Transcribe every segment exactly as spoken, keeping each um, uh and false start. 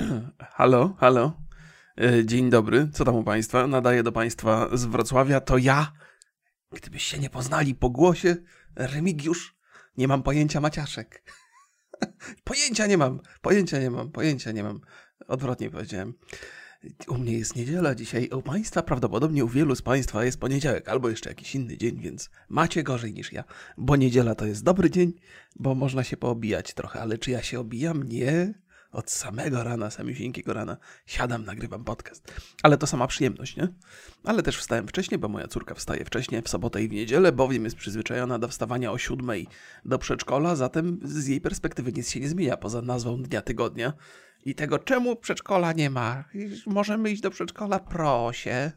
Halo, halo. Dzień dobry, co tam u Państwa? Nadaję do Państwa z Wrocławia. To ja, gdybyście nie poznali po głosie, Remigiusz, nie mam pojęcia Maciaszek. Pojęcia nie mam, pojęcia nie mam, pojęcia nie mam. Odwrotnie powiedziałem. U mnie jest niedziela dzisiaj, u Państwa prawdopodobnie u wielu z Państwa jest poniedziałek albo jeszcze jakiś inny dzień, więc macie gorzej niż ja. Bo niedziela to jest dobry dzień, bo można się poobijać trochę, ale czy ja się obijam? Nie. Od samego rana, samiusieńkiego rana siadam, nagrywam podcast. Ale to sama przyjemność, nie? Ale też wstałem wcześniej, bo moja córka wstaje wcześniej w sobotę i w niedzielę, bowiem jest przyzwyczajona do wstawania o siódmej do przedszkola, zatem z jej perspektywy nic się nie zmienia poza nazwą dnia tygodnia. I tego, czemu przedszkola nie ma? Możemy iść do przedszkola? Prosie.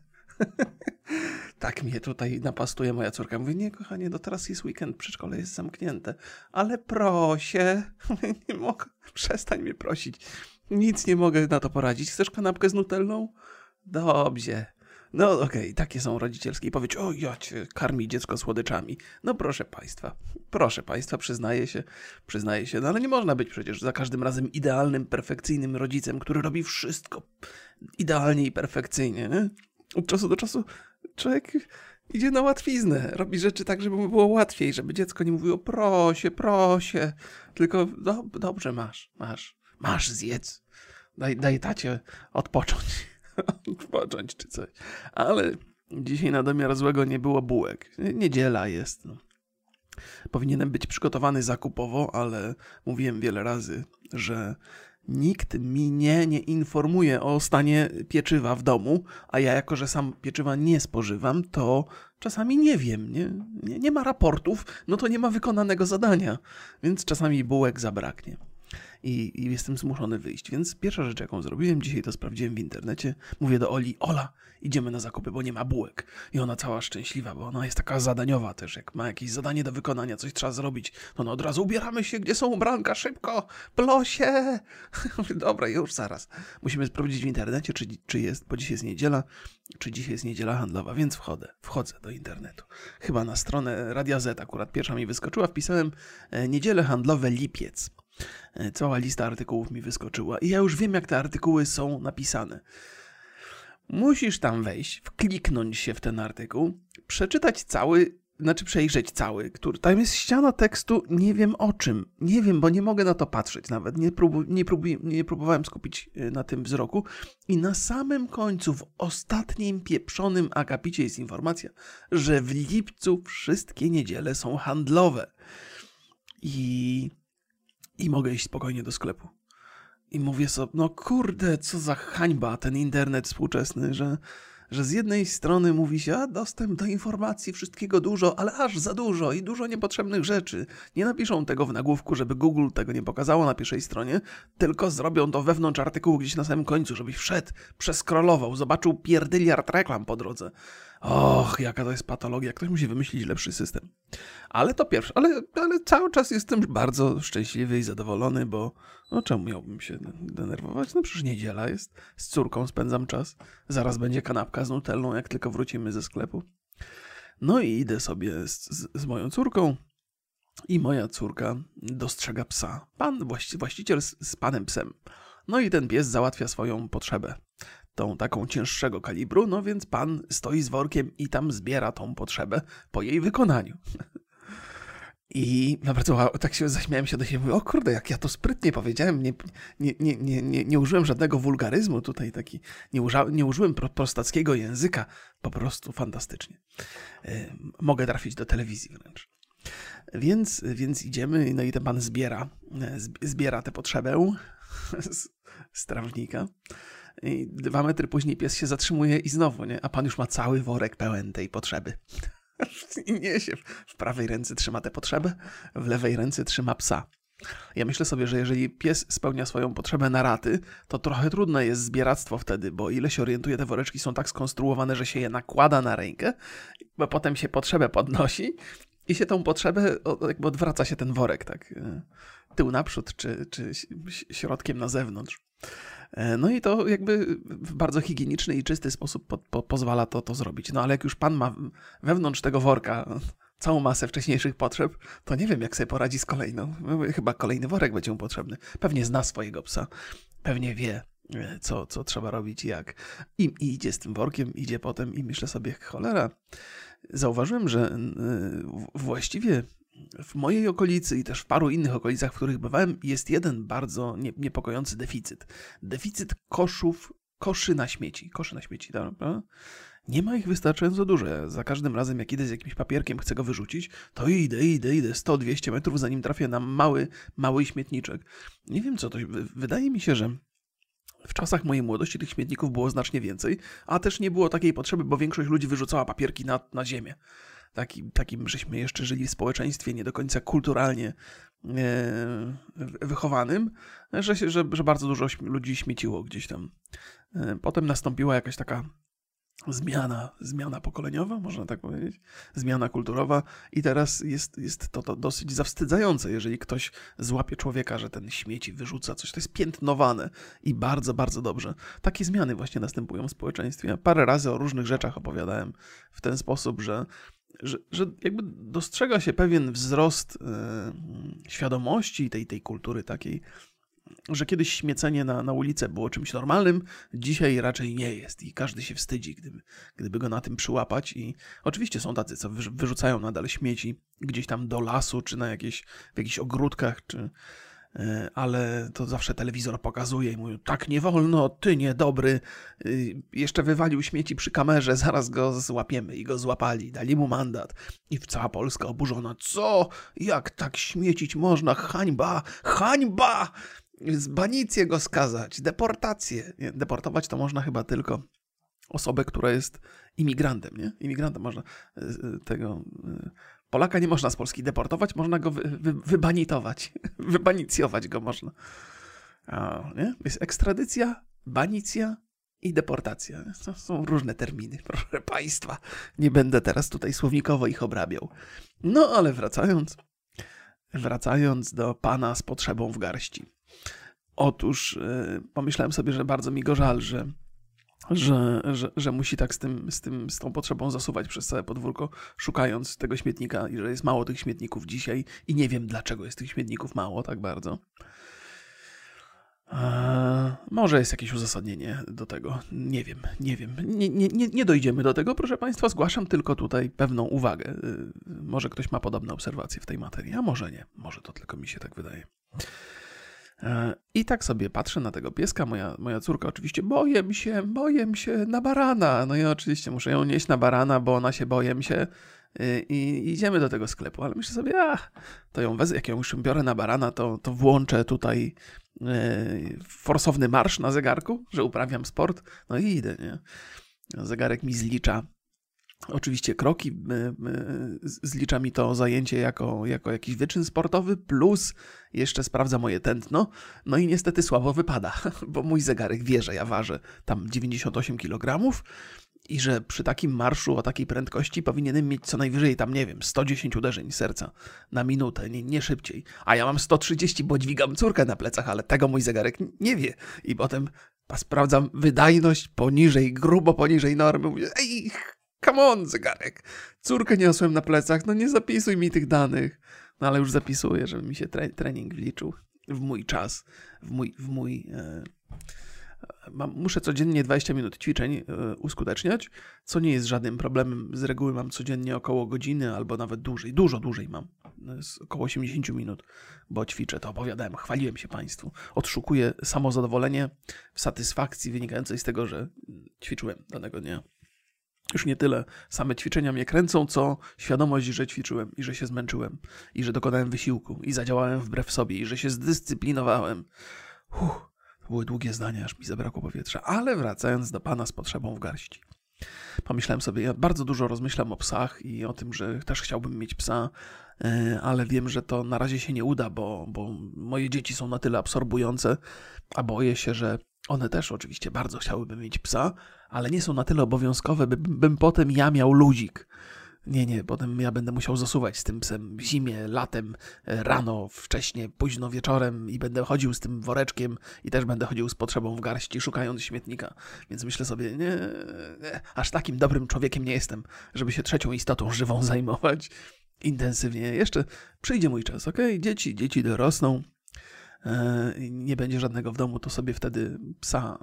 Tak mnie tutaj napastuje moja córka. Mówi, nie kochanie, no teraz jest weekend, przedszkole jest zamknięte. Ale prosie. Nie mogę, przestań mnie prosić. Nic nie mogę na to poradzić. Chcesz kanapkę z nutellą? Dobrze. No okej, okay, takie są rodzicielskie. I powiedz, o ja cię karmi dziecko słodyczami. No proszę Państwa, proszę Państwa, przyznaję się, przyznaję się. No ale nie można być przecież za każdym razem idealnym, perfekcyjnym rodzicem, który robi wszystko idealnie i perfekcyjnie, nie? Od czasu do czasu człowiek idzie na łatwiznę, robi rzeczy tak, żeby mu było łatwiej, żeby dziecko nie mówiło prosie, prosie, tylko do, dobrze masz, masz, masz zjedz, daj, daj tacie odpocząć, odpocząć czy coś. Ale dzisiaj na domiar złego nie było bułek, niedziela jest, no. Powinienem być przygotowany zakupowo, ale mówiłem wiele razy, że nikt mnie nie informuje o stanie pieczywa w domu, a ja jako, że sam pieczywa nie spożywam, to czasami nie wiem, nie, nie, nie ma raportów, no to nie ma wykonanego zadania, więc czasami bułek zabraknie. I, I jestem zmuszony wyjść, więc pierwsza rzecz, jaką zrobiłem, dzisiaj to sprawdziłem w internecie, mówię do Oli, Ola, idziemy na zakupy, bo nie ma bułek. I ona cała szczęśliwa, bo ona jest taka zadaniowa też, jak ma jakieś zadanie do wykonania, coś trzeba zrobić, to ona od razu ubieramy się, gdzie są ubranka, szybko, plosie. Dobra, już zaraz. Musimy sprawdzić w internecie, czy, czy jest, bo dzisiaj jest niedziela, czy dzisiaj jest niedziela handlowa, więc wchodzę, wchodzę do internetu. Chyba na stronę Radia Z akurat pierwsza mi wyskoczyła, wpisałem e, niedziele handlowe lipiec. Cała lista artykułów mi wyskoczyła i ja już wiem, jak te artykuły są napisane. Musisz tam wejść, wkliknąć się w ten artykuł, przeczytać cały, znaczy przejrzeć cały, który, tam jest ściana tekstu, nie wiem o czym, nie wiem, bo nie mogę na to patrzeć nawet, nie, próbu, nie, próbu, nie próbowałem skupić na tym wzroku i na samym końcu, w ostatnim pieprzonym akapicie jest informacja, że w lipcu wszystkie niedziele są handlowe i... I mogę iść spokojnie do sklepu. I mówię sobie, no kurde, co za hańba ten internet współczesny, że, że z jednej strony mówi się, a dostęp do informacji, wszystkiego dużo, ale aż za dużo i dużo niepotrzebnych rzeczy. Nie napiszą tego w nagłówku, żeby Google tego nie pokazało na pierwszej stronie, tylko zrobią to wewnątrz artykułu gdzieś na samym końcu, żebyś wszedł, przeskrolował, zobaczył pierdyliard reklam po drodze. Och, jaka to jest patologia. Ktoś musi wymyślić lepszy system. Ale to pierwsze. Ale, ale cały czas jestem bardzo szczęśliwy i zadowolony, bo no czemu miałbym się denerwować? No przecież niedziela jest. Z córką spędzam czas. Zaraz będzie kanapka z nutellą, jak tylko wrócimy ze sklepu. No i idę sobie z, z, z moją córką i moja córka dostrzega psa. Pan, właści, właściciel z, z panem psem. No i ten pies załatwia swoją potrzebę. Tą taką cięższego kalibru, no więc pan stoi z workiem i tam zbiera tą potrzebę po jej wykonaniu. I naprawdę tak się zaśmiałem się do siebie, mówię, o kurde, jak ja to sprytnie powiedziałem, nie, nie, nie, nie, nie, nie użyłem żadnego wulgaryzmu tutaj, taki, nie, uża, nie użyłem pro, prostackiego języka, po prostu fantastycznie. Yy, mogę trafić do telewizji wręcz. Więc, więc idziemy, no i ten pan zbiera, zbiera tę potrzebę z, z trawnika. I dwa metry później pies się zatrzymuje i znowu, nie? A pan już ma cały worek pełen tej potrzeby. I niesie. W prawej ręce trzyma tę potrzebę, w lewej ręce trzyma psa. Ja myślę sobie, że jeżeli pies spełnia swoją potrzebę na raty, to trochę trudne jest zbieractwo wtedy, bo ile się orientuje, te woreczki są tak skonstruowane, że się je nakłada na rękę, bo potem się potrzebę podnosi i się tą potrzebę, jakby odwraca się ten worek, tak tył naprzód, czy, czy środkiem na zewnątrz. No i to jakby w bardzo higieniczny i czysty sposób po, po, pozwala to, to zrobić. No ale jak już pan ma wewnątrz tego worka całą masę wcześniejszych potrzeb, to nie wiem, jak sobie poradzi z kolejną. Chyba kolejny worek będzie mu potrzebny. Pewnie zna swojego psa. Pewnie wie, co, co trzeba robić i jak. I, I idzie z tym workiem, idzie potem i myślę sobie, cholera, zauważyłem, że właściwie w mojej okolicy i też w paru innych okolicach, w których bywałem, jest jeden bardzo nie, niepokojący deficyt. Deficyt koszów, koszy na śmieci. Koszy na śmieci, tak? Nie ma ich wystarczająco dużo. Ja za każdym razem, jak idę z jakimś papierkiem, chcę go wyrzucić, to idę, idę, idę sto dwieście metrów, zanim trafię na mały, mały śmietniczek. Nie wiem co to. Wydaje mi się, że w czasach mojej młodości tych śmietników było znacznie więcej, a też nie było takiej potrzeby, bo większość ludzi wyrzucała papierki na, na ziemię. Taki, takim, żeśmy jeszcze żyli w społeczeństwie nie do końca kulturalnie e, wychowanym, że, że, że bardzo dużo ludzi śmieciło gdzieś tam. E, potem nastąpiła jakaś taka zmiana, zmiana pokoleniowa, można tak powiedzieć, zmiana kulturowa i teraz jest, jest to, to dosyć zawstydzające, jeżeli ktoś złapie człowieka, że ten śmieci wyrzuca coś, to jest piętnowane i bardzo, bardzo dobrze. Takie zmiany właśnie następują w społeczeństwie. Ja parę razy o różnych rzeczach opowiadałem w ten sposób, że Że, że jakby dostrzega się pewien wzrost y, świadomości tej, tej kultury takiej, że kiedyś śmiecenie na, na ulicę było czymś normalnym, dzisiaj raczej nie jest i każdy się wstydzi, gdyby, gdyby go na tym przyłapać. I oczywiście są tacy, co wyrzucają nadal śmieci gdzieś tam do lasu, czy na jakieś, w jakichś ogródkach, czy... ale to zawsze telewizor pokazuje i mówią, tak nie wolno, ty niedobry, jeszcze wywalił śmieci przy kamerze, zaraz go złapiemy i go złapali, dali mu mandat i cała Polska oburzona, co, jak tak śmiecić można, hańba, hańba, banicję go skazać, deportację, nie, deportować to można chyba tylko osobę, która jest imigrantem, nie, imigrantem można tego... Polaka nie można z Polski deportować, można go wy, wy, wybanitować. Wybanicjować go można. A, nie? Jest ekstradycja, banicja i deportacja. To są różne terminy, proszę państwa. Nie będę teraz tutaj słownikowo ich obrabiał. No ale wracając, wracając do pana z potrzebą w garści. Otóż yy, pomyślałem sobie, że bardzo mi go żal, że Że, że, że musi tak z, tym, z, tym, z tą potrzebą zasuwać przez całe podwórko, szukając tego śmietnika i że jest mało tych śmietników dzisiaj i nie wiem, dlaczego jest tych śmietników mało tak bardzo. Eee, może jest jakieś uzasadnienie do tego. Nie wiem, nie wiem. Nie, nie, nie, nie dojdziemy do tego, proszę państwa. Zgłaszam tylko tutaj pewną uwagę. Eee, może ktoś ma podobne obserwacje w tej materii, a może nie. Może to tylko mi się tak wydaje. I tak sobie patrzę na tego pieska, moja, moja córka oczywiście, boję się, boję się na barana. No i oczywiście muszę ją nieść na barana, bo ona się boję się i idziemy do tego sklepu. Ale myślę sobie, ach, to ją wezmę, jak ją już biorę na barana, to, to włączę tutaj yy, forsowny marsz na zegarku, że uprawiam sport. No i idę, nie? Zegarek mi zlicza. Oczywiście kroki, zlicza mi to zajęcie jako, jako jakiś wyczyn sportowy, plus jeszcze sprawdza moje tętno, no i niestety słabo wypada, bo mój zegarek wie, że ja ważę tam dziewięćdziesiąt osiem kilogramów i że przy takim marszu o takiej prędkości powinienem mieć co najwyżej tam, nie wiem, sto dziesięć uderzeń serca na minutę, nie, nie szybciej, a ja mam sto trzydzieści, bo dźwigam córkę na plecach, ale tego mój zegarek nie wie i potem sprawdzam wydajność poniżej, grubo poniżej normy, mówię, ej, come on, zegarek. Córkę niosłem na plecach, no nie zapisuj mi tych danych. No ale już zapisuję, żeby mi się tre- trening wliczył w mój czas, w mój... W mój e, mam, muszę codziennie dwadzieścia minut ćwiczeń e, uskuteczniać, co nie jest żadnym problemem. Z reguły mam codziennie około godziny albo nawet dłużej. Dużo dłużej mam. Z około osiemdziesiąt minut, bo ćwiczę, to opowiadałem, chwaliłem się państwu. Odszukuję samozadowolenie w satysfakcji wynikającej z tego, że ćwiczyłem danego dnia. Już nie tyle same ćwiczenia mnie kręcą, co świadomość, że ćwiczyłem i że się zmęczyłem i że dokonałem wysiłku i zadziałałem wbrew sobie i że się zdyscyplinowałem. Uff, to były długie zdania, aż mi zabrakło powietrza. Ale wracając do pana z potrzebą w garści. Pomyślałem sobie, ja bardzo dużo rozmyślam o psach i o tym, że też chciałbym mieć psa, ale wiem, że to na razie się nie uda, bo, bo moje dzieci są na tyle absorbujące, a boję się, że one też oczywiście bardzo chciałyby mieć psa, ale nie są na tyle obowiązkowe, by, bym potem ja miał ludzik. Nie, nie, potem ja będę musiał zasuwać z tym psem w zimie, latem, rano, wcześnie, późno wieczorem i będę chodził z tym woreczkiem i też będę chodził z potrzebą w garści, szukając śmietnika. Więc myślę sobie, nie, nie aż takim dobrym człowiekiem nie jestem, żeby się trzecią istotą żywą zajmować intensywnie. Jeszcze przyjdzie mój czas, okej? Okay? Dzieci, dzieci dorosną. nie będzie żadnego w domu, to sobie wtedy psa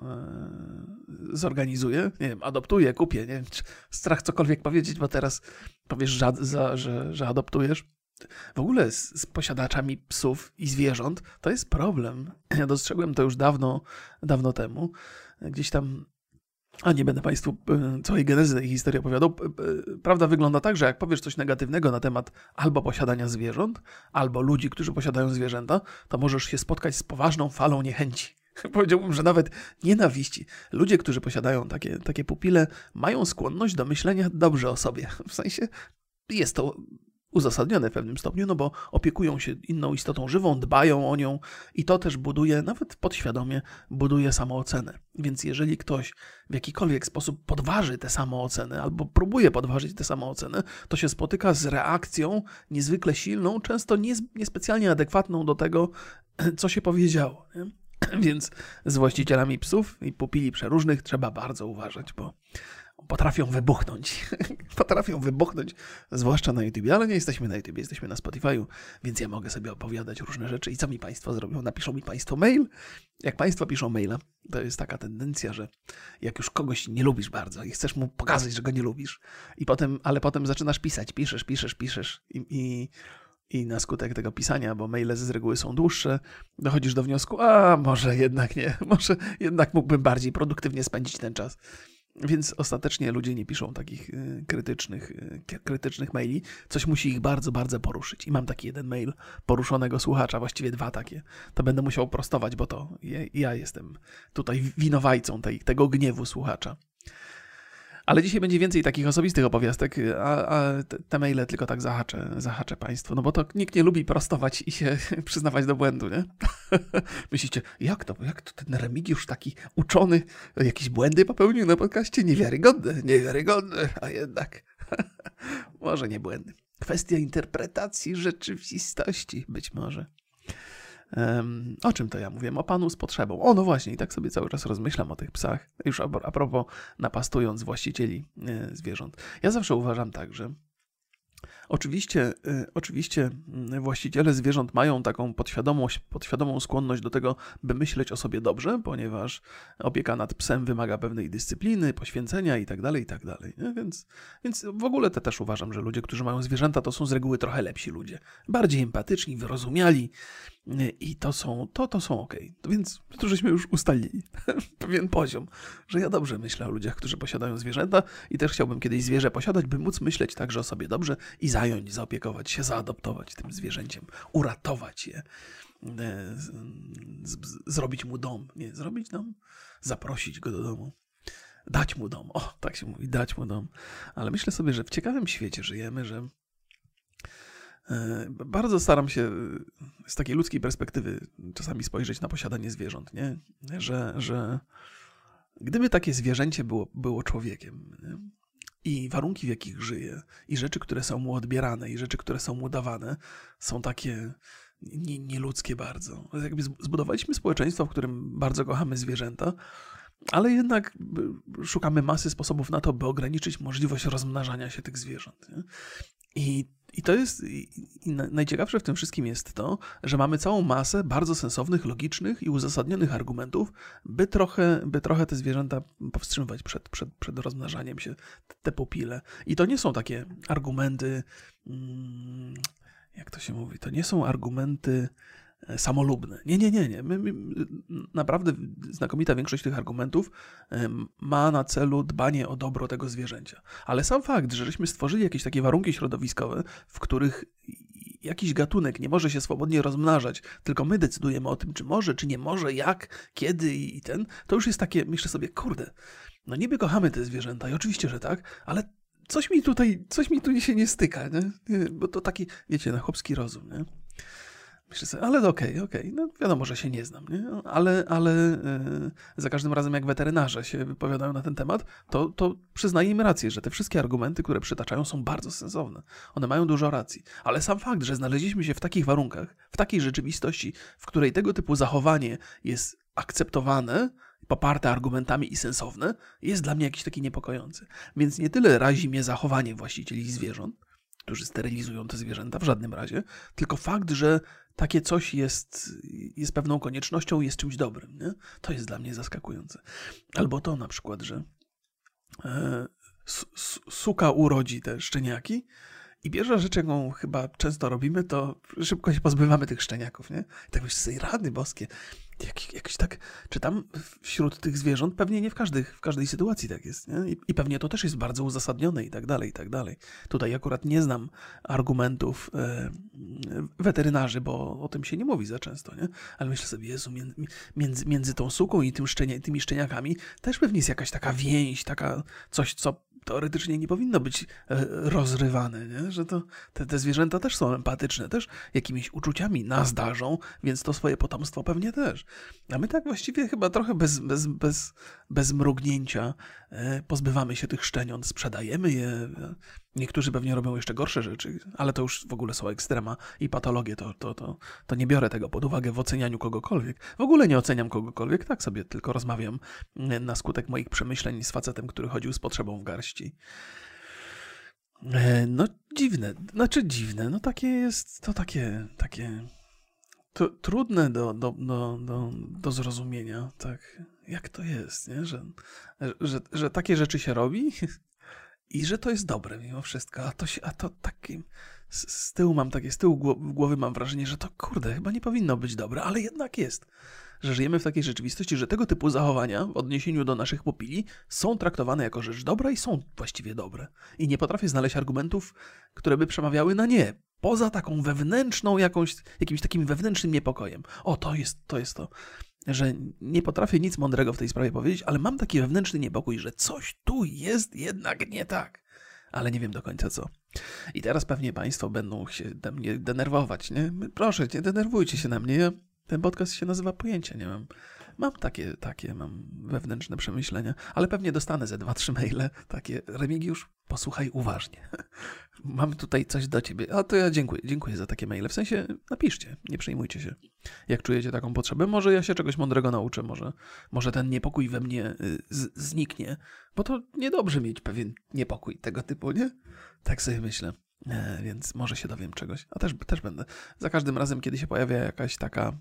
zorganizuję, nie wiem, adoptuję, kupię, nie wiem, strach cokolwiek powiedzieć, bo teraz powiesz, że, że, że adoptujesz. W ogóle z, z posiadaczami psów i zwierząt to jest problem. Ja dostrzegłem to już dawno, dawno temu. Gdzieś tam, a nie będę Państwu całej genezy tej historii opowiadał. Prawda wygląda tak, że jak powiesz coś negatywnego na temat albo posiadania zwierząt, albo ludzi, którzy posiadają zwierzęta, to możesz się spotkać z poważną falą niechęci. Powiedziałbym, że nawet nienawiści. Ludzie, którzy posiadają takie, takie pupile, mają skłonność do myślenia dobrze o sobie. W sensie jest to uzasadnione w pewnym stopniu, no bo opiekują się inną istotą żywą, dbają o nią i to też buduje, nawet podświadomie, buduje samoocenę. Więc jeżeli ktoś w jakikolwiek sposób podważy tę samoocenę albo próbuje podważyć tę samoocenę, to się spotyka z reakcją niezwykle silną, często niespecjalnie adekwatną do tego, co się powiedziało. Nie? Więc z właścicielami psów i pupili przeróżnych trzeba bardzo uważać, bo potrafią wybuchnąć. Potrafią wybuchnąć, zwłaszcza na YouTubie, ale nie jesteśmy na YouTubie, jesteśmy na Spotify'u, więc ja mogę sobie opowiadać różne rzeczy. I co mi Państwo zrobią? Napiszą mi Państwo mail. Jak Państwo piszą maila, to jest taka tendencja, że jak już kogoś nie lubisz bardzo i chcesz mu pokazać, że go nie lubisz, i potem, ale potem zaczynasz pisać, piszesz, piszesz, piszesz i, i I na skutek tego pisania, bo maile z reguły są dłuższe, dochodzisz do wniosku, a może jednak nie, może jednak mógłbym bardziej produktywnie spędzić ten czas. Więc ostatecznie ludzie nie piszą takich krytycznych, krytycznych maili. Coś musi ich bardzo, bardzo poruszyć. I mam taki jeden mail poruszonego słuchacza, właściwie dwa takie. To będę musiał prostować, bo to ja jestem tutaj winowajcą tej, tego gniewu słuchacza. Ale dzisiaj będzie więcej takich osobistych opowiastek, a, a te maile tylko tak zahaczę, zahaczę Państwu, no bo to nikt nie lubi prostować i się przyznawać do błędu, nie? Myślicie, jak to, jak to ten Remigiusz taki uczony jakieś błędy popełnił na podcaście? Niewiarygodne, niewiarygodne, a jednak może nie błędy. Kwestia interpretacji rzeczywistości być może. Um, o czym to ja mówię? O panu z potrzebą. O, no właśnie, i tak sobie cały czas rozmyślam o tych psach. Już a, a propos napastując właścicieli e, zwierząt. Ja zawsze uważam tak, że Oczywiście, y, oczywiście właściciele zwierząt mają taką podświadomą, podświadomą skłonność do tego, by myśleć o sobie dobrze, ponieważ opieka nad psem wymaga pewnej dyscypliny, poświęcenia i tak dalej, i tak dalej. Więc, więc w ogóle te też uważam, że ludzie, którzy mają zwierzęta, to są z reguły trochę lepsi ludzie. Bardziej empatyczni, wyrozumiali i to są, to, to są okej. Okay. Więc to żeśmy już ustalili pewien poziom, że ja dobrze myślę o ludziach, którzy posiadają zwierzęta i też chciałbym kiedyś zwierzę posiadać, by móc myśleć także o sobie dobrze i zająć, zaopiekować się, zaadoptować tym zwierzęciem, uratować je, z, z, zrobić mu dom. Nie, zrobić dom? Zaprosić go do domu. Dać mu dom. O, tak się mówi, dać mu dom. Ale myślę sobie, że w ciekawym świecie żyjemy, że bardzo staram się z takiej ludzkiej perspektywy czasami spojrzeć na posiadanie zwierząt, nie? Że, że gdyby takie zwierzęcie było, było człowiekiem, nie? I warunki, w jakich żyje, i rzeczy, które są mu odbierane, i rzeczy, które są mu dawane, są takie nie, nieludzkie bardzo. Jakby zbudowaliśmy społeczeństwo, w którym bardzo kochamy zwierzęta, ale jednak szukamy masy sposobów na to, by ograniczyć możliwość rozmnażania się tych zwierząt. Nie? I I to jest, i, i najciekawsze w tym wszystkim jest to, że mamy całą masę bardzo sensownych, logicznych i uzasadnionych argumentów, by trochę, by trochę te zwierzęta powstrzymywać przed, przed, przed rozmnażaniem się, te pupile. I to nie są takie argumenty, mm, jak to się mówi, to nie są argumenty samolubne. Nie, nie, nie, nie. My, my, naprawdę znakomita większość tych argumentów ma na celu dbanie o dobro tego zwierzęcia. Ale sam fakt, że żeśmy stworzyli jakieś takie warunki środowiskowe, w których jakiś gatunek nie może się swobodnie rozmnażać, tylko my decydujemy o tym, czy może, czy nie może, jak, kiedy i ten, to już jest takie, myślę sobie, kurde, no niby kochamy te zwierzęta i oczywiście, że tak, ale coś mi tutaj, coś mi tu się nie styka, nie? Bo to taki, wiecie, na chłopski rozum, nie? Myślę sobie, ale okej, okay, okej, okay. No wiadomo, że się nie znam, nie? ale, ale yy, za każdym razem jak weterynarze się wypowiadają na ten temat, to, to przyznaję im rację, że te wszystkie argumenty, które przytaczają, są bardzo sensowne. One mają dużo racji, ale sam fakt, że znaleźliśmy się w takich warunkach, w takiej rzeczywistości, w której tego typu zachowanie jest akceptowane, poparte argumentami i sensowne, jest dla mnie jakiś taki niepokojący. Więc nie tyle razi mnie zachowanie właścicieli zwierząt, którzy sterylizują te zwierzęta, w żadnym razie, tylko fakt, że takie coś jest, jest pewną koniecznością, jest czymś dobrym. Nie? To jest dla mnie zaskakujące. Albo to na przykład, że e, suka urodzi te szczeniaki i pierwsza rzecz, jaką chyba często robimy, to szybko się pozbywamy tych szczeniaków, nie? I tak myślę sobie, rady boskie, jak, jakoś tak, czy tam wśród tych zwierząt, pewnie nie w, każdych, w każdej sytuacji tak jest, nie? I, I pewnie to też jest bardzo uzasadnione i tak dalej, i tak dalej. Tutaj akurat nie znam argumentów e, weterynarzy, bo o tym się nie mówi za często, nie? Ale myślę sobie, Jezu, między, między tą suką i tym szczenia, tymi szczeniakami też pewnie jest jakaś taka więź, taka coś, co teoretycznie nie powinno być rozrywane, nie? Że to te, te zwierzęta też są empatyczne, też jakimiś uczuciami nas darzą, więc to swoje potomstwo pewnie też. A my tak właściwie chyba trochę bez, bez, bez, bez mrugnięcia e, pozbywamy się tych szczeniąt, sprzedajemy je. Niektórzy pewnie robią jeszcze gorsze rzeczy, ale to już w ogóle są ekstrema i patologie, to, to, to, to nie biorę tego pod uwagę w ocenianiu kogokolwiek. W ogóle nie oceniam kogokolwiek, tak sobie tylko rozmawiam na skutek moich przemyśleń z facetem, który chodził z potrzebą w garści. No dziwne, znaczy dziwne, no takie jest, to takie, takie to, trudne do, do, do, do, do zrozumienia, tak, jak to jest, nie? Że, że, że takie rzeczy się robi i że to jest dobre mimo wszystko, a to, się, a to takim, z, z tyłu mam takie, z tyłu głowy mam wrażenie, że to kurde, chyba nie powinno być dobre, ale jednak jest. Że żyjemy w takiej rzeczywistości, że tego typu zachowania w odniesieniu do naszych pupili są traktowane jako rzecz dobra i są właściwie dobre. I nie potrafię znaleźć argumentów, które by przemawiały na nie. Poza taką wewnętrzną jakąś, jakimś takim wewnętrznym niepokojem. O, to jest to, jest to, że nie potrafię nic mądrego w tej sprawie powiedzieć, ale mam taki wewnętrzny niepokój, że coś tu jest jednak nie tak. Ale nie wiem do końca co. I teraz pewnie państwo będą się na mnie denerwować, nie? Proszę, nie denerwujcie się na mnie. Ja Ten podcast się nazywa Pojęcia, nie mam. Mam takie, takie, mam wewnętrzne przemyślenia, ale pewnie dostanę ze dwa, trzy maile takie, Remigiusz, posłuchaj uważnie. Mam tutaj coś do ciebie. A to ja dziękuję, dziękuję za takie maile. W sensie napiszcie, nie przejmujcie się. Jak czujecie taką potrzebę, może ja się czegoś mądrego nauczę, może, może ten niepokój we mnie z, zniknie, bo to niedobrze mieć pewien niepokój tego typu, nie? Tak sobie myślę. E, więc może się dowiem czegoś. A też, też będę. Za każdym razem, kiedy się pojawia jakaś taka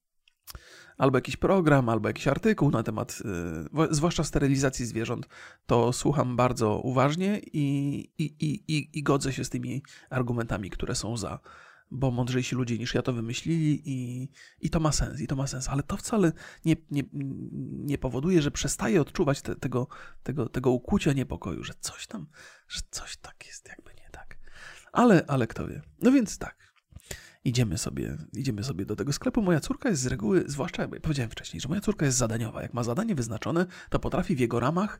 albo jakiś program, albo jakiś artykuł na temat, yy, zwłaszcza sterylizacji zwierząt, to słucham bardzo uważnie i, i, i, i, i godzę się z tymi argumentami, które są za, bo mądrzejsi ludzie niż ja to wymyślili i, i to ma sens, i to ma sens, ale to wcale nie, nie, nie powoduje, że przestaję odczuwać te, tego, tego, tego ukłucia niepokoju, że coś tam, że coś tak jest jakby nie tak. Ale, ale kto wie. No więc tak. Idziemy sobie, idziemy sobie do tego sklepu. Moja córka jest z reguły, zwłaszcza jak powiedziałem wcześniej, że moja córka jest zadaniowa. Jak ma zadanie wyznaczone, to potrafi w jego ramach,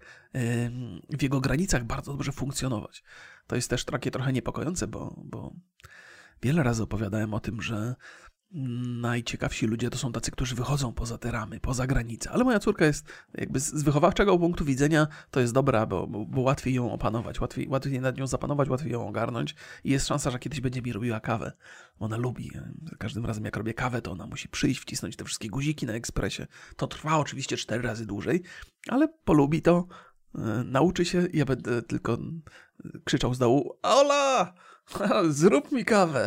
w jego granicach bardzo dobrze funkcjonować. To jest też takie trochę niepokojące, bo, bo wiele razy opowiadałem o tym, że najciekawsi ludzie to są tacy, którzy wychodzą poza te ramy, poza granice. Ale moja córka jest jakby z wychowawczego punktu widzenia to jest dobra, bo, bo, bo łatwiej ją opanować, łatwiej, łatwiej nad nią zapanować, łatwiej ją ogarnąć i jest szansa, że kiedyś będzie mi robiła kawę. Ona lubi. Za każdym razem jak robię kawę, to ona musi przyjść, wcisnąć te wszystkie guziki na ekspresie. To trwa oczywiście cztery razy dłużej, ale polubi to, yy, nauczy się i ja będę tylko krzyczał z dołu: Ola! Zrób mi kawę!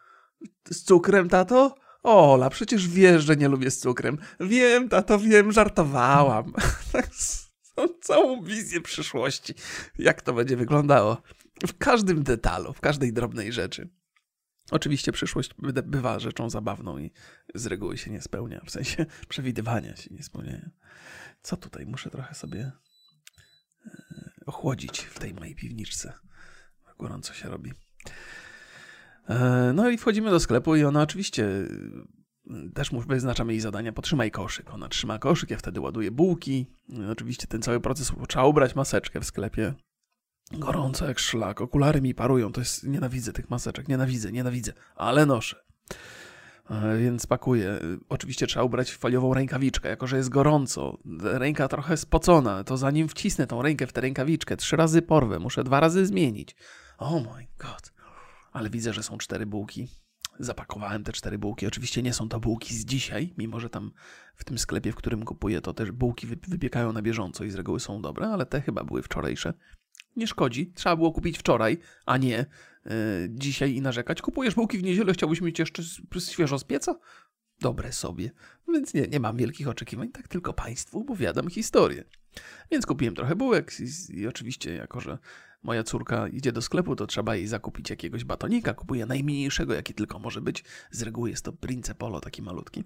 Z cukrem, tato? Ola, przecież wiesz, że nie lubię z cukrem. Wiem, tato, wiem, żartowałam. Mam całą wizję przyszłości, jak to będzie wyglądało. W każdym detalu, w każdej drobnej rzeczy. Oczywiście przyszłość bywa rzeczą zabawną i z reguły się nie spełnia. W sensie przewidywania się nie spełniają. Co tutaj? Muszę trochę sobie ochłodzić w tej mojej piwniczce. Gorąco się robi. No i wchodzimy do sklepu i ona oczywiście też wyznaczamy jej zadania, potrzymaj koszyk. Ona trzyma koszyk, ja wtedy ładuję bułki. Oczywiście ten cały proces, trzeba ubrać maseczkę w sklepie. Gorąco jak szlak, okulary mi parują, to jest, nienawidzę tych maseczek, nienawidzę, nienawidzę, ale noszę. Więc pakuję. Oczywiście trzeba ubrać foliową rękawiczkę, jako że jest gorąco. Ręka trochę spocona, to zanim wcisnę tą rękę w tę rękawiczkę, trzy razy porwę, muszę dwa razy zmienić. Oh my god. Ale widzę, że są cztery bułki. Zapakowałem te cztery bułki. Oczywiście nie są to bułki z dzisiaj, mimo że tam w tym sklepie, w którym kupuję, to też bułki wypiekają na bieżąco i z reguły są dobre, ale te chyba były wczorajsze. Nie szkodzi. Trzeba było kupić wczoraj, a nie yy, dzisiaj i narzekać. Kupujesz bułki w niedzielę, chciałbyś mieć jeszcze świeżo z pieca? Dobre sobie. Więc nie, nie mam wielkich oczekiwań, tak tylko Państwu opowiadam historię. Więc kupiłem trochę bułek i, i oczywiście, jako że moja córka idzie do sklepu, to trzeba jej zakupić jakiegoś batonika. Kupuję najmniejszego, jaki tylko może być. Z reguły jest to Prince Polo, taki malutki.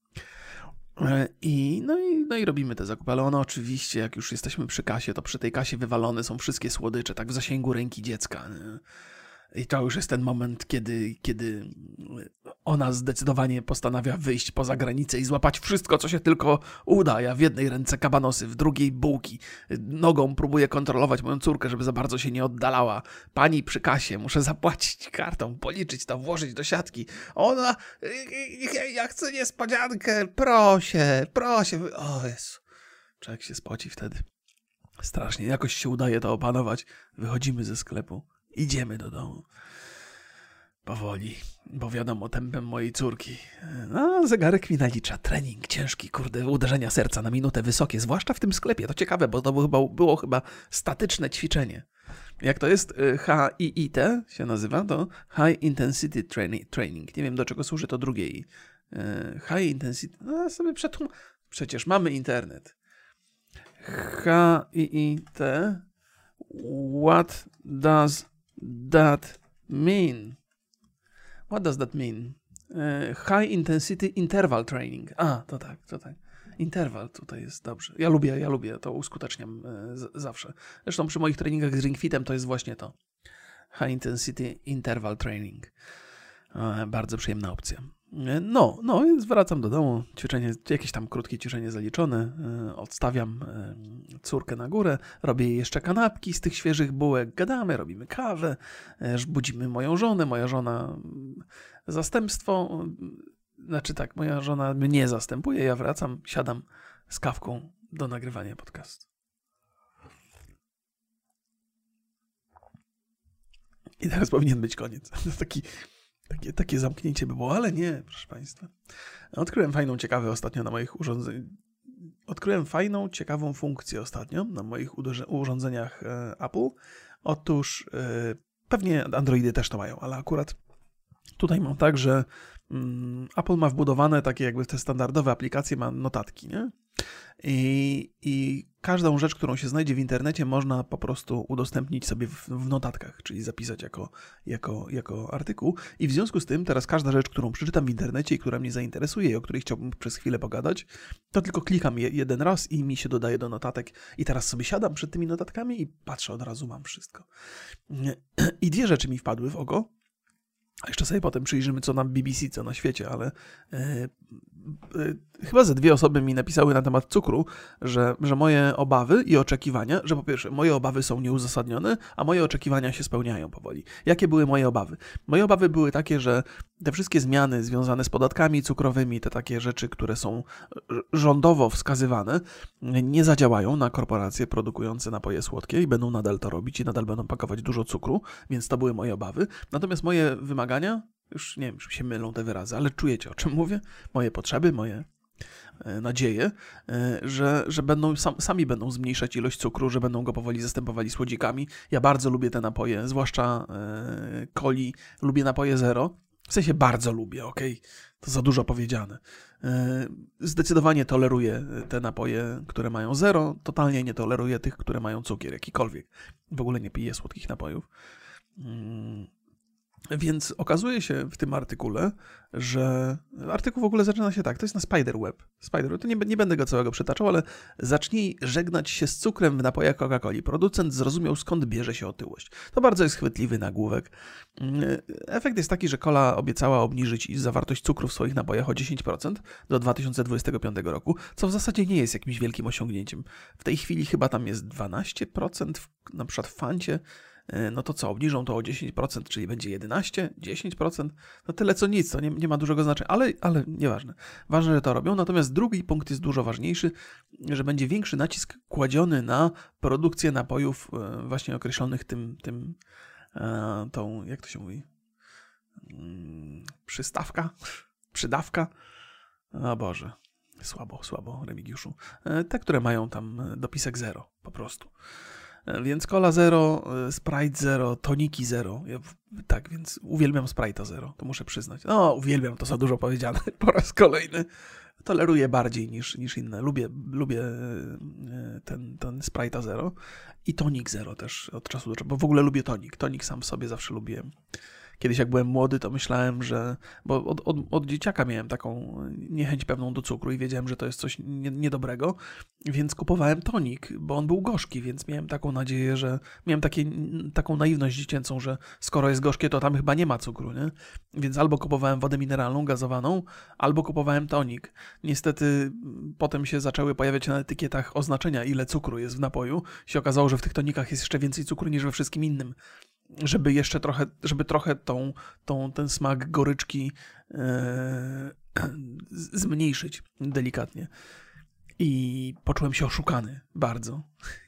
I no, i no i robimy te zakupy, ale one oczywiście, jak już jesteśmy przy kasie, to przy tej kasie wywalone są wszystkie słodycze, tak w zasięgu ręki dziecka. Nie? I to już jest ten moment, kiedy, kiedy ona zdecydowanie postanawia wyjść poza granicę i złapać wszystko, co się tylko uda. Ja w jednej ręce kabanosy, w drugiej bułki. Nogą próbuję kontrolować moją córkę, żeby za bardzo się nie oddalała. Pani przy kasie, muszę zapłacić kartą, policzyć to, włożyć do siatki. Ona, ja chcę niespodziankę, proszę, proszę. O Jezu, człowiek się spoci wtedy. Strasznie, jakoś się udaje to opanować. Wychodzimy ze sklepu. Idziemy do domu. Powoli, bo wiadomo, tempem mojej córki. No, zegarek mi nalicza. Trening ciężki, kurde, uderzenia serca na minutę wysokie, zwłaszcza w tym sklepie. To ciekawe, bo to było chyba, było chyba statyczne ćwiczenie. Jak to jest H I I T się nazywa, to High Intensity Training. Nie wiem, do czego służy to drugie I. High Intensity, no sobie przetłum... Przecież mamy internet. H I I T. What does that mean? What does that mean? High Intensity Interval Training. A, to tak, to tak. Interval tutaj jest dobrze. Ja lubię, ja lubię, to uskuteczniam z, zawsze. Zresztą przy moich treningach z Ring Fitem to jest właśnie to. High Intensity Interval Training. E, bardzo przyjemna opcja. No, no, więc wracam do domu, ćwiczenie, jakieś tam krótkie ćwiczenie zaliczone, yy, odstawiam yy, córkę na górę, robię jej jeszcze kanapki z tych świeżych bułek, gadamy, robimy kawę, yy, budzimy moją żonę, moja żona yy, zastępstwo, yy, znaczy tak, moja żona mnie zastępuje, ja wracam, siadam z kawką do nagrywania podcastu. I teraz powinien być koniec. Taki... Takie, takie zamknięcie by było, ale nie, proszę Państwa. Odkryłem fajną, ciekawą ostatnio na moich urządzeniach. Odkryłem fajną, ciekawą funkcję ostatnio na moich urządzeniach Apple. Otóż yy, pewnie Androidy też to mają, ale akurat tutaj mam tak, że mm, Apple ma wbudowane takie jakby te standardowe aplikacje, ma notatki, nie? I, I każdą rzecz, którą się znajdzie w internecie, można po prostu udostępnić sobie w, w notatkach, czyli zapisać jako, jako, jako artykuł. I w związku z tym teraz każda rzecz, którą przeczytam w internecie i która mnie zainteresuje i o której chciałbym przez chwilę pogadać, to tylko klikam je, jeden raz i mi się dodaje do notatek. I teraz sobie siadam przed tymi notatkami i patrzę, od razu mam wszystko. I dwie rzeczy mi wpadły w oko. A jeszcze sobie potem przyjrzymy, co na B B C, co na świecie, ale yy, yy, chyba ze dwie osoby mi napisały na temat cukru, że, że moje obawy i oczekiwania, że po pierwsze moje obawy są nieuzasadnione, a moje oczekiwania się spełniają powoli. Jakie były moje obawy? Moje obawy były takie, że te wszystkie zmiany związane z podatkami cukrowymi, te takie rzeczy, które są rządowo wskazywane, nie zadziałają na korporacje produkujące napoje słodkie i będą nadal to robić i nadal będą pakować dużo cukru, więc to były moje obawy. Natomiast moje wymagania, już nie wiem, czy się mylą te wyrazy, ale czujecie, o czym mówię? Moje potrzeby, moje nadzieję, że, że będą, sam, sami będą zmniejszać ilość cukru, że będą go powoli zastępowali słodzikami. Ja bardzo lubię te napoje, zwłaszcza e, coli, lubię napoje zero. W sensie bardzo lubię, okej, okay? To za dużo powiedziane. E, zdecydowanie toleruję te napoje, które mają zero, totalnie nie toleruję tych, które mają cukier jakikolwiek. W ogóle nie piję słodkich napojów. Mm. Więc okazuje się w tym artykule, że artykuł w ogóle zaczyna się tak, to jest na Spiderweb. Spiderweb, to nie, nie będę go całego przytaczał, ale zacznij żegnać się z cukrem w napojach Coca-Coli. Producent zrozumiał, skąd bierze się otyłość. To bardzo jest chwytliwy nagłówek. Efekt jest taki, że Cola obiecała obniżyć zawartość cukru w swoich napojach o dziesięć procent do dwa tysiące dwudziestego piątego roku, co w zasadzie nie jest jakimś wielkim osiągnięciem. W tej chwili chyba tam jest dwanaście procent, w, na przykład w Fancie. No to co, obniżą to o dziesięć procent, czyli będzie jedenaście, dziesięć procent, no tyle co nic, to nie, nie ma dużego znaczenia, ale, ale nieważne. Ważne, że to robią, natomiast drugi punkt jest dużo ważniejszy, że będzie większy nacisk kładziony na produkcję napojów właśnie określonych tym, tym tą, jak to się mówi, przystawka, przydawka, o Boże, słabo, słabo, Remigiuszu, te, które mają tam dopisek zero, po prostu. Więc Cola Zero, Sprite Zero, toniki Zero. Ja, tak, więc uwielbiam Sprite'a Zero, to muszę przyznać. No, uwielbiam, to za dużo powiedziane po raz kolejny. Toleruję bardziej niż, niż inne. Lubię, lubię ten, ten Sprite'a Zero i tonik Zero też od czasu do czasu, bo w ogóle lubię tonik. Tonik sam w sobie zawsze lubiłem. Kiedyś jak byłem młody, to myślałem, że... Bo od, od, od dzieciaka miałem taką niechęć pewną do cukru i wiedziałem, że to jest coś nie, niedobrego, więc kupowałem tonik, bo on był gorzki, więc miałem taką nadzieję, że... Miałem takie, taką naiwność dziecięcą, że skoro jest gorzkie, to tam chyba nie ma cukru, nie? Więc albo kupowałem wodę mineralną, gazowaną, albo kupowałem tonik. Niestety potem się zaczęły pojawiać na etykietach oznaczenia, ile cukru jest w napoju. Się okazało, że w tych tonikach jest jeszcze więcej cukru niż we wszystkim innym. Żeby jeszcze trochę, żeby trochę tą, tą, ten smak goryczki e, zmniejszyć delikatnie. I poczułem się oszukany bardzo.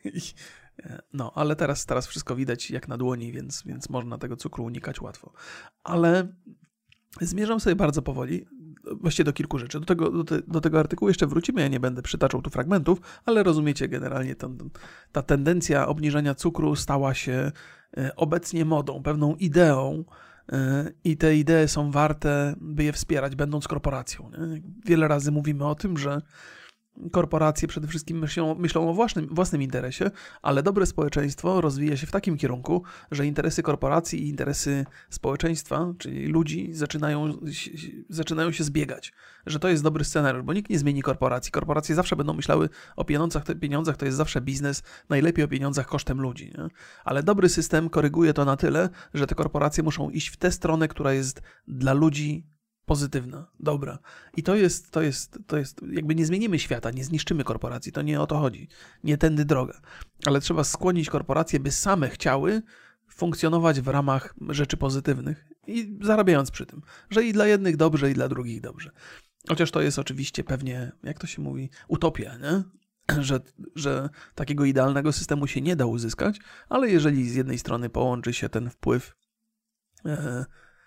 No, ale teraz, teraz wszystko widać jak na dłoni, więc, więc można tego cukru unikać łatwo. Ale zmierzam sobie bardzo powoli, właściwie do kilku rzeczy. Do tego, do, te, do tego artykułu jeszcze wrócimy, ja nie będę przytaczał tu fragmentów, ale rozumiecie generalnie, ten, ta tendencja obniżania cukru stała się obecnie modą, pewną ideą i te idee są warte, by je wspierać, będąc korporacją. Nie? Wiele razy mówimy o tym, że korporacje przede wszystkim myślą, myślą o własnym, własnym interesie, ale dobre społeczeństwo rozwija się w takim kierunku, że interesy korporacji i interesy społeczeństwa, czyli ludzi, zaczynają, zaczynają się zbiegać. Że to jest dobry scenariusz, bo nikt nie zmieni korporacji. Korporacje zawsze będą myślały o pieniądzach, te pieniądzach to jest zawsze biznes, najlepiej o pieniądzach kosztem ludzi. Nie? Ale dobry system koryguje to na tyle, że te korporacje muszą iść w tę stronę, która jest dla ludzi pozytywna, dobra. I to jest, to jest, to jest, jakby nie zmienimy świata, nie zniszczymy korporacji, to nie o to chodzi. Nie tędy droga. Ale trzeba skłonić korporacje, by same chciały funkcjonować w ramach rzeczy pozytywnych i zarabiając przy tym. Że i dla jednych dobrze, i dla drugich dobrze. Chociaż to jest oczywiście pewnie, jak to się mówi, utopia, nie? Że, że takiego idealnego systemu się nie da uzyskać, ale jeżeli z jednej strony połączy się ten wpływ e,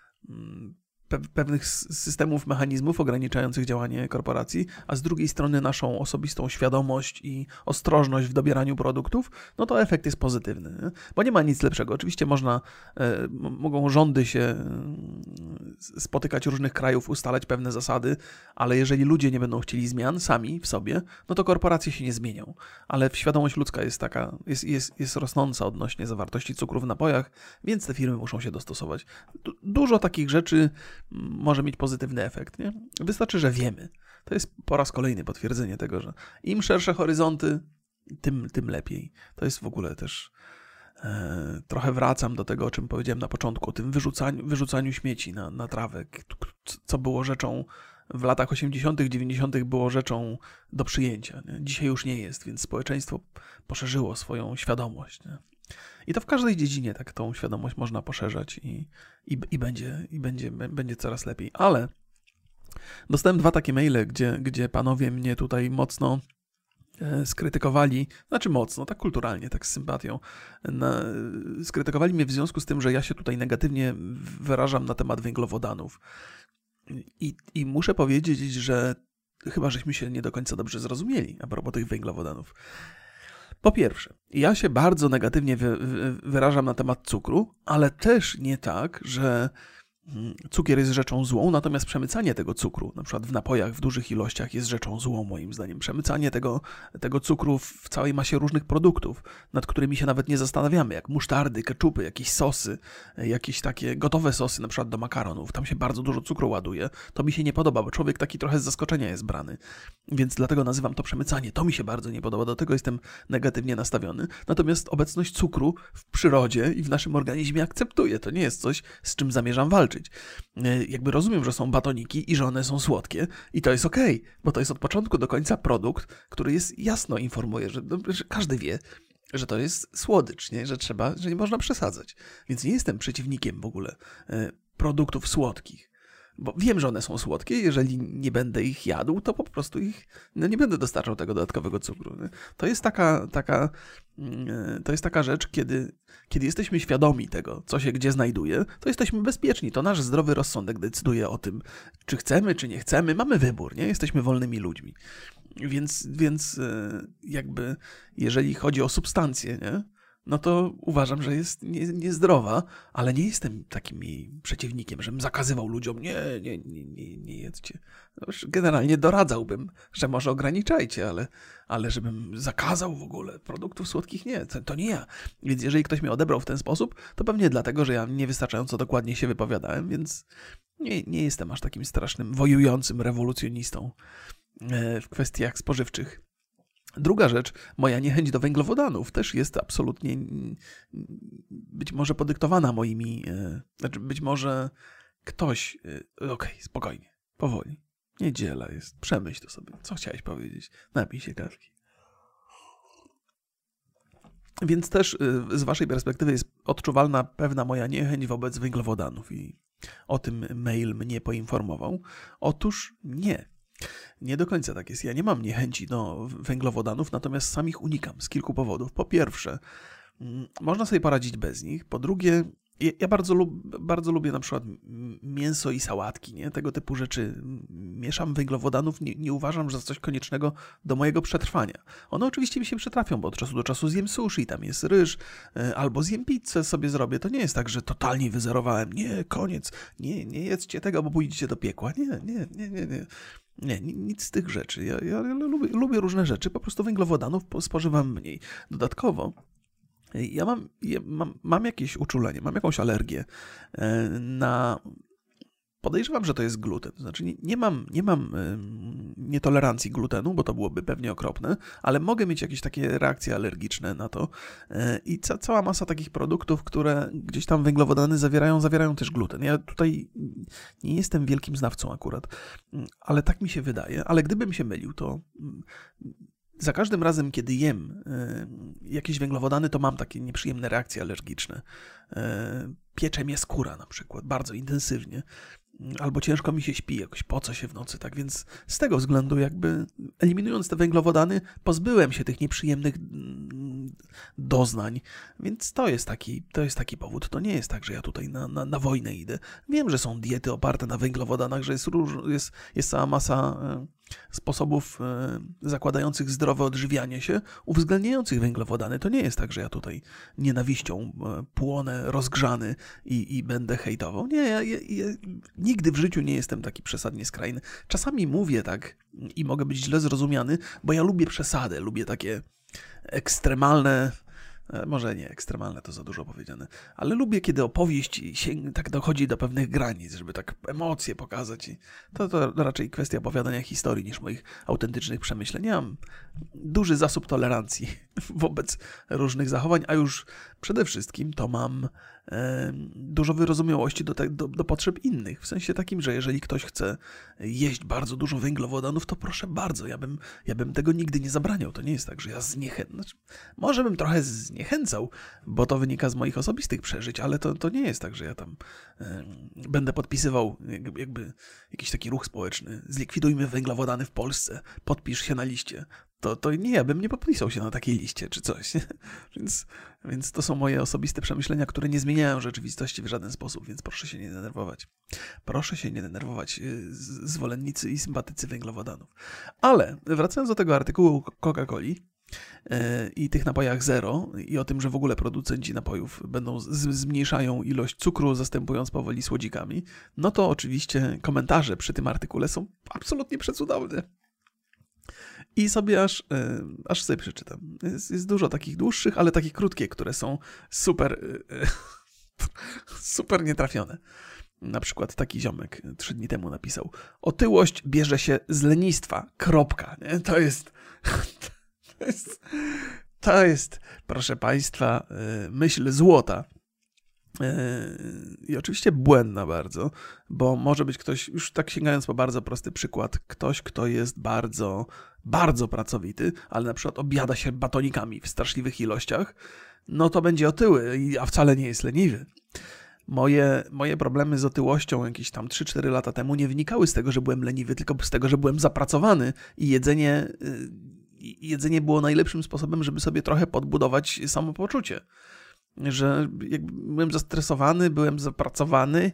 pewnych systemów, mechanizmów ograniczających działanie korporacji, a z drugiej strony naszą osobistą świadomość i ostrożność w dobieraniu produktów, no to efekt jest pozytywny. Nie? Bo nie ma nic lepszego. Oczywiście można, e, mogą rządy się e, spotykać różnych krajów, ustalać pewne zasady, ale jeżeli ludzie nie będą chcieli zmian sami w sobie, no to korporacje się nie zmienią. Ale świadomość ludzka jest taka, jest, jest, jest rosnąca odnośnie zawartości cukru w napojach, więc te firmy muszą się dostosować. Du- dużo takich rzeczy może mieć pozytywny efekt. Nie? Wystarczy, że wiemy. To jest po raz kolejny potwierdzenie tego, że im szersze horyzonty, tym, tym lepiej. To jest w ogóle też e, trochę wracam do tego, o czym powiedziałem na początku, o tym wyrzucaniu, wyrzucaniu śmieci na, na trawę, co było rzeczą w latach osiemdziesiątych, dziewięćdziesiątych było rzeczą do przyjęcia. Nie? Dzisiaj już nie jest, więc społeczeństwo poszerzyło swoją świadomość. Nie? I to w każdej dziedzinie tak tą świadomość można poszerzać i, i, i, będzie, i będzie, będzie coraz lepiej. Ale dostałem dwa takie maile, gdzie, gdzie panowie mnie tutaj mocno e, skrytykowali, znaczy mocno, tak kulturalnie, tak z sympatią, na, skrytykowali mnie w związku z tym, że ja się tutaj negatywnie wyrażam na temat węglowodanów. I, i muszę powiedzieć, że chyba żeśmy się nie do końca dobrze zrozumieli a propos tych węglowodanów. Po pierwsze, ja się bardzo negatywnie wy, wy, wyrażam na temat cukru, ale też nie tak, że cukier jest rzeczą złą, natomiast przemycanie tego cukru, na przykład w napojach w dużych ilościach, jest rzeczą złą moim zdaniem. Przemycanie tego, tego cukru w całej masie różnych produktów, nad którymi się nawet nie zastanawiamy, jak musztardy, keczupy, jakieś sosy, jakieś takie gotowe sosy, na przykład do makaronów, tam się bardzo dużo cukru ładuje. To mi się nie podoba, bo człowiek taki trochę z zaskoczenia jest brany, więc dlatego nazywam to przemycanie. To mi się bardzo nie podoba, do tego jestem negatywnie nastawiony. Natomiast obecność cukru w przyrodzie i w naszym organizmie akceptuję. To nie jest coś, z czym zamierzam walczyć. Jakby rozumiem, że są batoniki i że one są słodkie i to jest okej, okay, bo to jest od początku do końca produkt, który jest jasno informuje, że, że każdy wie, że to jest słodycz, nie? Że trzeba, że nie można przesadzać. Więc nie jestem przeciwnikiem w ogóle produktów słodkich. Bo wiem, że one są słodkie, jeżeli nie będę ich jadł, to po prostu ich, no nie będę dostarczał tego dodatkowego cukru. Nie? To jest taka, taka, to jest taka rzecz, kiedy, kiedy jesteśmy świadomi tego, co się gdzie znajduje, to jesteśmy bezpieczni. To nasz zdrowy rozsądek decyduje o tym, czy chcemy, czy nie chcemy. Mamy wybór, nie? Jesteśmy wolnymi ludźmi. Więc, więc jakby, jeżeli chodzi o substancje, nie? no to uważam, że jest nie, niezdrowa, ale nie jestem takim jej przeciwnikiem, żebym zakazywał ludziom, nie, nie, nie, nie, nie jedzcie. No, generalnie doradzałbym, że może ograniczajcie, ale, ale żebym zakazał w ogóle produktów słodkich, nie, to, to nie ja. Więc jeżeli ktoś mnie odebrał w ten sposób, to pewnie dlatego, że ja niewystarczająco dokładnie się wypowiadałem, więc nie, nie jestem aż takim strasznym, wojującym rewolucjonistą w kwestiach spożywczych. Druga rzecz, moja niechęć do węglowodanów też jest absolutnie być może podyktowana moimi, znaczy być może ktoś, okej, okay, spokojnie, powoli, niedziela jest, przemyśl to sobie, co chciałeś powiedzieć, napij się kawki. Więc też z waszej perspektywy jest odczuwalna pewna moja niechęć wobec węglowodanów i o tym mail mnie poinformował. Otóż nie. Nie do końca tak jest. Ja nie mam niechęci do węglowodanów, natomiast sam ich unikam z kilku powodów. Po pierwsze, można sobie poradzić bez nich. Po drugie, ja bardzo, lub, bardzo lubię na przykład mięso i sałatki, nie? Tego typu rzeczy. Mieszam węglowodanów, nie, nie uważam, że za coś koniecznego do mojego przetrwania. One oczywiście mi się przytrafią, bo od czasu do czasu zjem sushi, tam jest ryż, albo zjem pizzę sobie zrobię. To nie jest tak, że totalnie wyzerowałem. Nie, koniec. Nie, nie jedzcie tego, bo pójdziecie do piekła. Nie, nie, nie, nie, nie. Nie, nic z tych rzeczy. Ja, ja, ja lubię, lubię różne rzeczy, po prostu węglowodanów spożywam mniej. Dodatkowo ja mam, ja mam, mam jakieś uczulenie, mam jakąś alergię na... Podejrzewam, że to jest gluten. To znaczy nie, nie mam, nie mam nietolerancji glutenu, bo to byłoby pewnie okropne, ale mogę mieć jakieś takie reakcje alergiczne na to. I ca, cała masa takich produktów, które gdzieś tam węglowodany zawierają, zawierają też gluten. Ja tutaj nie jestem wielkim znawcą akurat, ale tak mi się wydaje. Ale gdybym się mylił, to za każdym razem, kiedy jem jakieś węglowodany, to mam takie nieprzyjemne reakcje alergiczne. Piecze mnie skóra na przykład, bardzo intensywnie. Albo ciężko mi się śpi, jakoś poco się w nocy, tak więc z tego względu jakby eliminując te węglowodany, pozbyłem się tych nieprzyjemnych doznań, więc to jest taki, to jest taki powód. To nie jest tak, że ja tutaj na, na, na wojnę idę. Wiem, że są diety oparte na węglowodanach, że jest, róż, jest, jest cała masa sposobów zakładających zdrowe odżywianie się, uwzględniających węglowodany. To nie jest tak, że ja tutaj nienawiścią płonę, rozgrzany i, i będę hejtował. Nie, ja, ja, ja nigdy w życiu nie jestem taki przesadnie skrajny. Czasami mówię tak i mogę być źle zrozumiany, bo ja lubię przesadę, lubię takie ekstremalne, może nie, ekstremalne to za dużo powiedziane, ale lubię, kiedy opowieść sięg, tak dochodzi do pewnych granic, żeby tak emocje pokazać. I to, to raczej kwestia opowiadania historii niż moich autentycznych przemyśleń. Ja mam duży zasób tolerancji wobec różnych zachowań, a już przede wszystkim to mam e, dużo wyrozumiałości do, te, do, do potrzeb innych. W sensie takim, że jeżeli ktoś chce jeść bardzo dużo węglowodanów, to proszę bardzo, ja bym, ja bym tego nigdy nie zabraniał. To nie jest tak, że ja zniechęcam. Znaczy, może bym trochę zniechęcał, bo to wynika z moich osobistych przeżyć, ale to, to nie jest tak, że ja tam e, będę podpisywał jakby, jakby jakiś taki ruch społeczny. Zlikwidujmy węglowodany w Polsce, podpisz się na liście. To, to nie, ja bym nie podpisał się na takiej liście czy coś. więc, więc to są moje osobiste przemyślenia, które nie zmieniają rzeczywistości w żaden sposób, więc proszę się nie denerwować. Proszę się nie denerwować, zwolennicy i sympatycy węglowodanów. Ale wracając do tego artykułu Coca-Coli yy, i tych napojach zero i o tym, że w ogóle producenci napojów będą z- zmniejszają ilość cukru, zastępując powoli słodzikami, no to oczywiście komentarze przy tym artykule są absolutnie przecudowne. I sobie aż, yy, aż sobie przeczytam. Jest, jest dużo takich dłuższych, ale takich krótkie, które są super, yy, super nietrafione. Na przykład taki ziomek trzy dni temu napisał: otyłość bierze się z lenistwa. Kropka. Nie? To jest, to jest, to jest, proszę Państwa, yy, myśl złota. I oczywiście błędna bardzo, bo może być ktoś, już tak sięgając po bardzo prosty przykład, ktoś, kto jest bardzo, bardzo pracowity, ale na przykład objada się batonikami w straszliwych ilościach, no to będzie otyły, a wcale nie jest leniwy. Moje, moje problemy z otyłością jakieś tam trzy cztery lata temu nie wynikały z tego, że byłem leniwy, tylko z tego, że byłem zapracowany i jedzenie, jedzenie było najlepszym sposobem, żeby sobie trochę podbudować samopoczucie. Że jakby byłem zestresowany, byłem zapracowany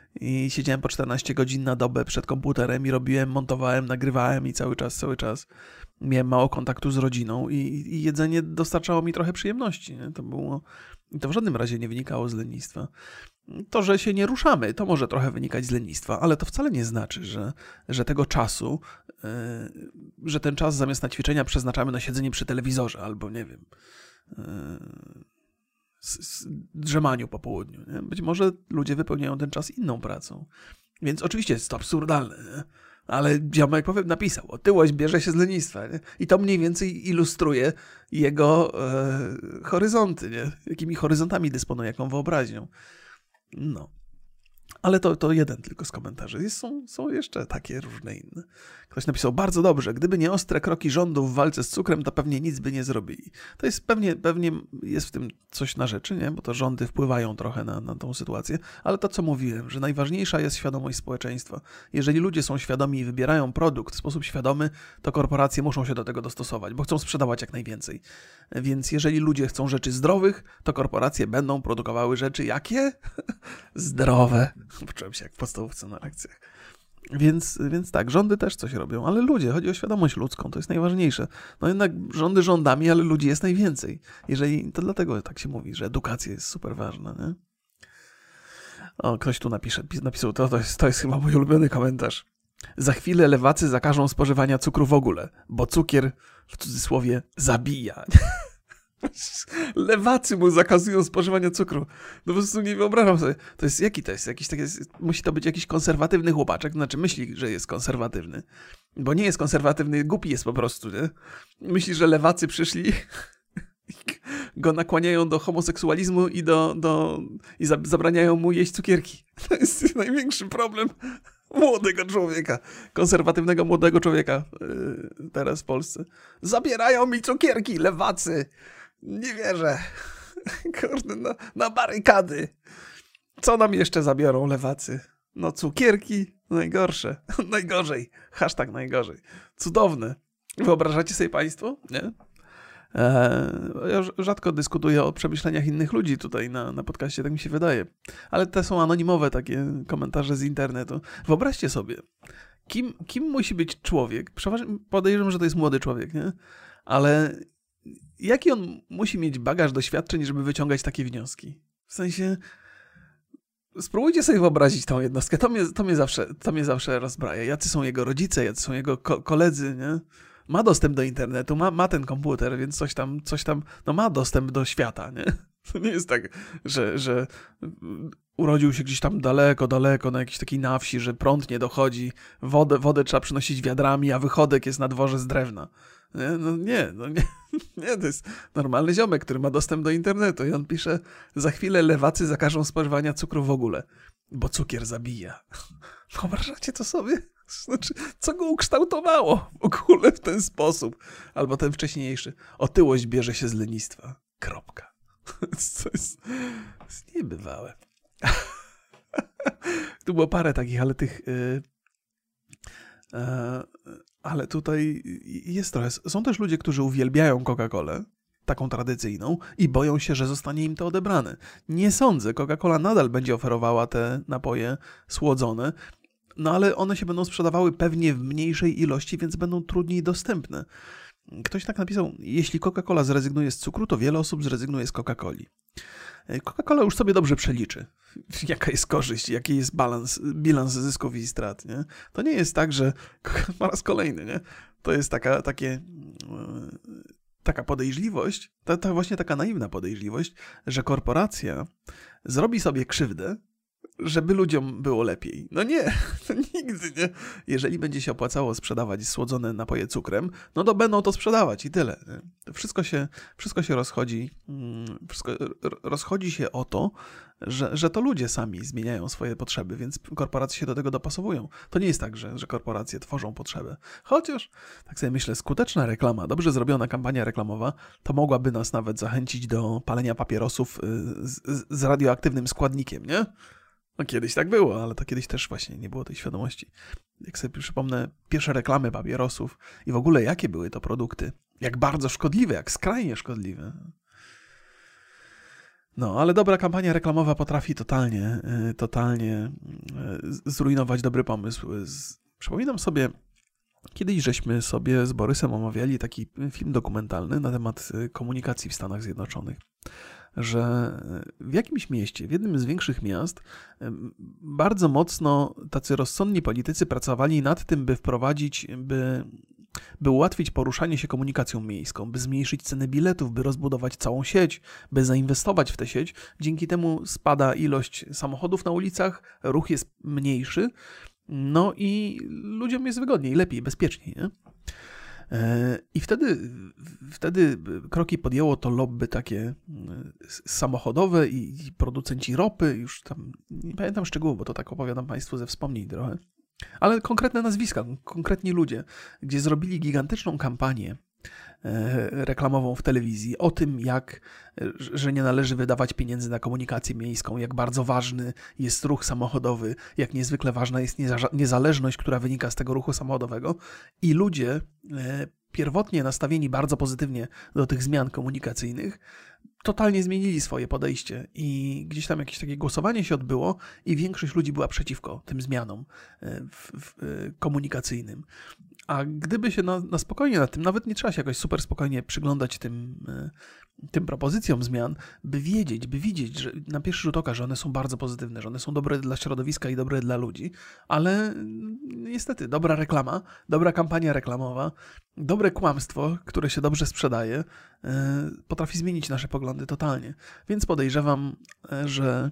i siedziałem po czternaście godzin na dobę przed komputerem i robiłem, montowałem, nagrywałem i cały czas, cały czas miałem mało kontaktu z rodziną i, i jedzenie dostarczało mi trochę przyjemności. Nie? To było, to w żadnym razie nie wynikało z lenistwa. To, że się nie ruszamy, to może trochę wynikać z lenistwa, ale to wcale nie znaczy, że, że tego czasu, yy, że ten czas zamiast na ćwiczenia przeznaczamy na siedzenie przy telewizorze albo, nie wiem, yy, s, s, drzemaniu po południu. Nie? Być może ludzie wypełniają ten czas inną pracą. Więc oczywiście jest to absurdalne, nie? Ale ziomek powiem, napisał, otyłość bierze się z lenistwa. Nie? I to mniej więcej ilustruje jego e, horyzonty, nie? Jakimi horyzontami dysponuje, jaką wyobraźnią. No. Ale to, to jeden tylko z komentarzy. Jest, są, są jeszcze takie różne inne. Ktoś napisał, bardzo dobrze, gdyby nie ostre kroki rządu w walce z cukrem, to pewnie nic by nie zrobili. To jest pewnie, pewnie jest w tym coś na rzeczy, nie? Bo to rządy wpływają trochę na, na tą sytuację, ale to, co mówiłem, że najważniejsza jest świadomość społeczeństwa. Jeżeli ludzie są świadomi i wybierają produkt w sposób świadomy, to korporacje muszą się do tego dostosować, bo chcą sprzedawać jak najwięcej. Więc jeżeli ludzie chcą rzeczy zdrowych, to korporacje będą produkowały rzeczy jakie? Zdrowe. Poczułem się jak w podstawówce na lekcjach. Więc, więc tak, rządy też coś robią, ale ludzie, chodzi o świadomość ludzką, to jest najważniejsze. No jednak rządy rządami, ale ludzi jest najwięcej. Jeżeli, to dlatego tak się mówi, że edukacja jest super ważna, nie? O, ktoś tu napisze, napisał, to, to, jest, to jest chyba mój ulubiony komentarz. Za chwilę lewacy zakażą spożywania cukru w ogóle, bo cukier, w cudzysłowie, zabija. Lewacy mu zakazują spożywania cukru. No po prostu nie wyobrażam sobie. To jest jaki to jest? Jakiś taki, musi to być jakiś konserwatywny chłopaczek, znaczy myśli, że jest konserwatywny. Bo nie jest konserwatywny, głupi jest po prostu, nie? Myśli, że lewacy przyszli go nakłaniają do homoseksualizmu i do, do i zabraniają mu jeść cukierki. To jest największy problem młodego człowieka, konserwatywnego młodego człowieka yy, teraz w Polsce. Zabierają mi cukierki, lewacy. Nie wierzę. Kurde, na, na barykady. Co nam jeszcze zabiorą lewacy? No cukierki, najgorsze. Najgorzej. Hashtag najgorzej. Cudowne. Wyobrażacie sobie państwo? Nie? Ja rzadko dyskutuję o przemyśleniach innych ludzi tutaj na, na podcaście, tak mi się wydaje. Ale te są anonimowe takie komentarze z internetu. Wyobraźcie sobie, kim, kim musi być człowiek, podejrzewam, że to jest młody człowiek, nie? Ale jaki on musi mieć bagaż doświadczeń, żeby wyciągać takie wnioski? W sensie, spróbujcie sobie wyobrazić tą jednostkę, to mnie, to mnie, zawsze, to mnie zawsze rozbraja. Jacy są jego rodzice, jacy są jego ko- koledzy, nie? Ma dostęp do internetu, ma, ma ten komputer, więc coś tam, coś tam, no ma dostęp do świata, nie? To nie jest tak, że, że urodził się gdzieś tam daleko, daleko, na jakiejś takiej na wsi, że prąd nie dochodzi, wodę, wodę trzeba przynosić wiadrami, a wychodek jest na dworze z drewna. Nie? No nie, no nie, nie, to jest normalny ziomek, który ma dostęp do internetu i on pisze, za chwilę lewacy zakażą spożywania cukru w ogóle, bo cukier zabija. Wyobrażacie to sobie? Znaczy, co go ukształtowało w ogóle w ten sposób? Albo ten wcześniejszy. Otyłość bierze się z lenistwa. Kropka. To jest, to jest niebywałe. Tu było parę takich, ale tych... Yy, yy, ale tutaj jest trochę... Są też ludzie, którzy uwielbiają Coca-Colę, taką tradycyjną, i boją się, że zostanie im to odebrane. Nie sądzę. Coca-Cola nadal będzie oferowała te napoje słodzone, no ale one się będą sprzedawały pewnie w mniejszej ilości, więc będą trudniej dostępne. Ktoś tak napisał, jeśli Coca-Cola zrezygnuje z cukru, to wiele osób zrezygnuje z Coca-Coli. Coca-Cola już sobie dobrze przeliczy, jaka jest korzyść, jaki jest balans, bilans zysków i strat. Nie? To nie jest tak, że po raz kolejny, nie? To jest taka, takie, taka podejrzliwość, ta, ta właśnie taka naiwna podejrzliwość, że korporacja zrobi sobie krzywdę, żeby ludziom było lepiej. No nie, to nigdy nie. Jeżeli będzie się opłacało sprzedawać słodzone napoje cukrem, no to będą to sprzedawać i tyle. Nie? Wszystko się, wszystko się rozchodzi, wszystko rozchodzi się o to, że, że to ludzie sami zmieniają swoje potrzeby, więc korporacje się do tego dopasowują. To nie jest tak, że, że korporacje tworzą potrzebę. Chociaż, tak sobie myślę, skuteczna reklama, dobrze zrobiona kampania reklamowa, to mogłaby nas nawet zachęcić do palenia papierosów z, z radioaktywnym składnikiem, nie? No kiedyś tak było, ale to kiedyś też właśnie nie było tej świadomości. Jak sobie przypomnę pierwsze reklamy papierosów i w ogóle jakie były to produkty, jak bardzo szkodliwe, jak skrajnie szkodliwe. No, ale dobra kampania reklamowa potrafi totalnie, totalnie zrujnować dobry pomysł. Przypominam sobie, kiedyś żeśmy sobie z Borysem omawiali taki film dokumentalny na temat komunikacji w Stanach Zjednoczonych, że w jakimś mieście, w jednym z większych miast, bardzo mocno tacy rozsądni politycy pracowali nad tym, by wprowadzić, by, by ułatwić poruszanie się komunikacją miejską, by zmniejszyć ceny biletów, by rozbudować całą sieć, by zainwestować w tę sieć. Dzięki temu spada ilość samochodów na ulicach, ruch jest mniejszy, no i ludziom jest wygodniej, lepiej, bezpieczniej, nie? I wtedy, wtedy kroki podjęło to lobby takie samochodowe i producenci ropy, już tam nie pamiętam szczegółów, bo to tak opowiadam Państwu ze wspomnień trochę, ale konkretne nazwiska, konkretni ludzie, gdzie zrobili gigantyczną kampanię reklamową w telewizji o tym, jak, że nie należy wydawać pieniędzy na komunikację miejską, jak bardzo ważny jest ruch samochodowy, jak niezwykle ważna jest niezależność, która wynika z tego ruchu samochodowego i ludzie pierwotnie nastawieni bardzo pozytywnie do tych zmian komunikacyjnych totalnie zmienili swoje podejście i gdzieś tam jakieś takie głosowanie się odbyło i większość ludzi była przeciwko tym zmianom w, w, komunikacyjnym. A gdyby się na, na spokojnie nad tym, nawet nie trzeba się jakoś super spokojnie przyglądać tym, tym propozycjom zmian, by wiedzieć, by widzieć, że na pierwszy rzut oka, że one są bardzo pozytywne, że one są dobre dla środowiska i dobre dla ludzi, ale niestety dobra reklama, dobra kampania reklamowa, dobre kłamstwo, które się dobrze sprzedaje, potrafi zmienić nasze poglądy totalnie. Więc podejrzewam, że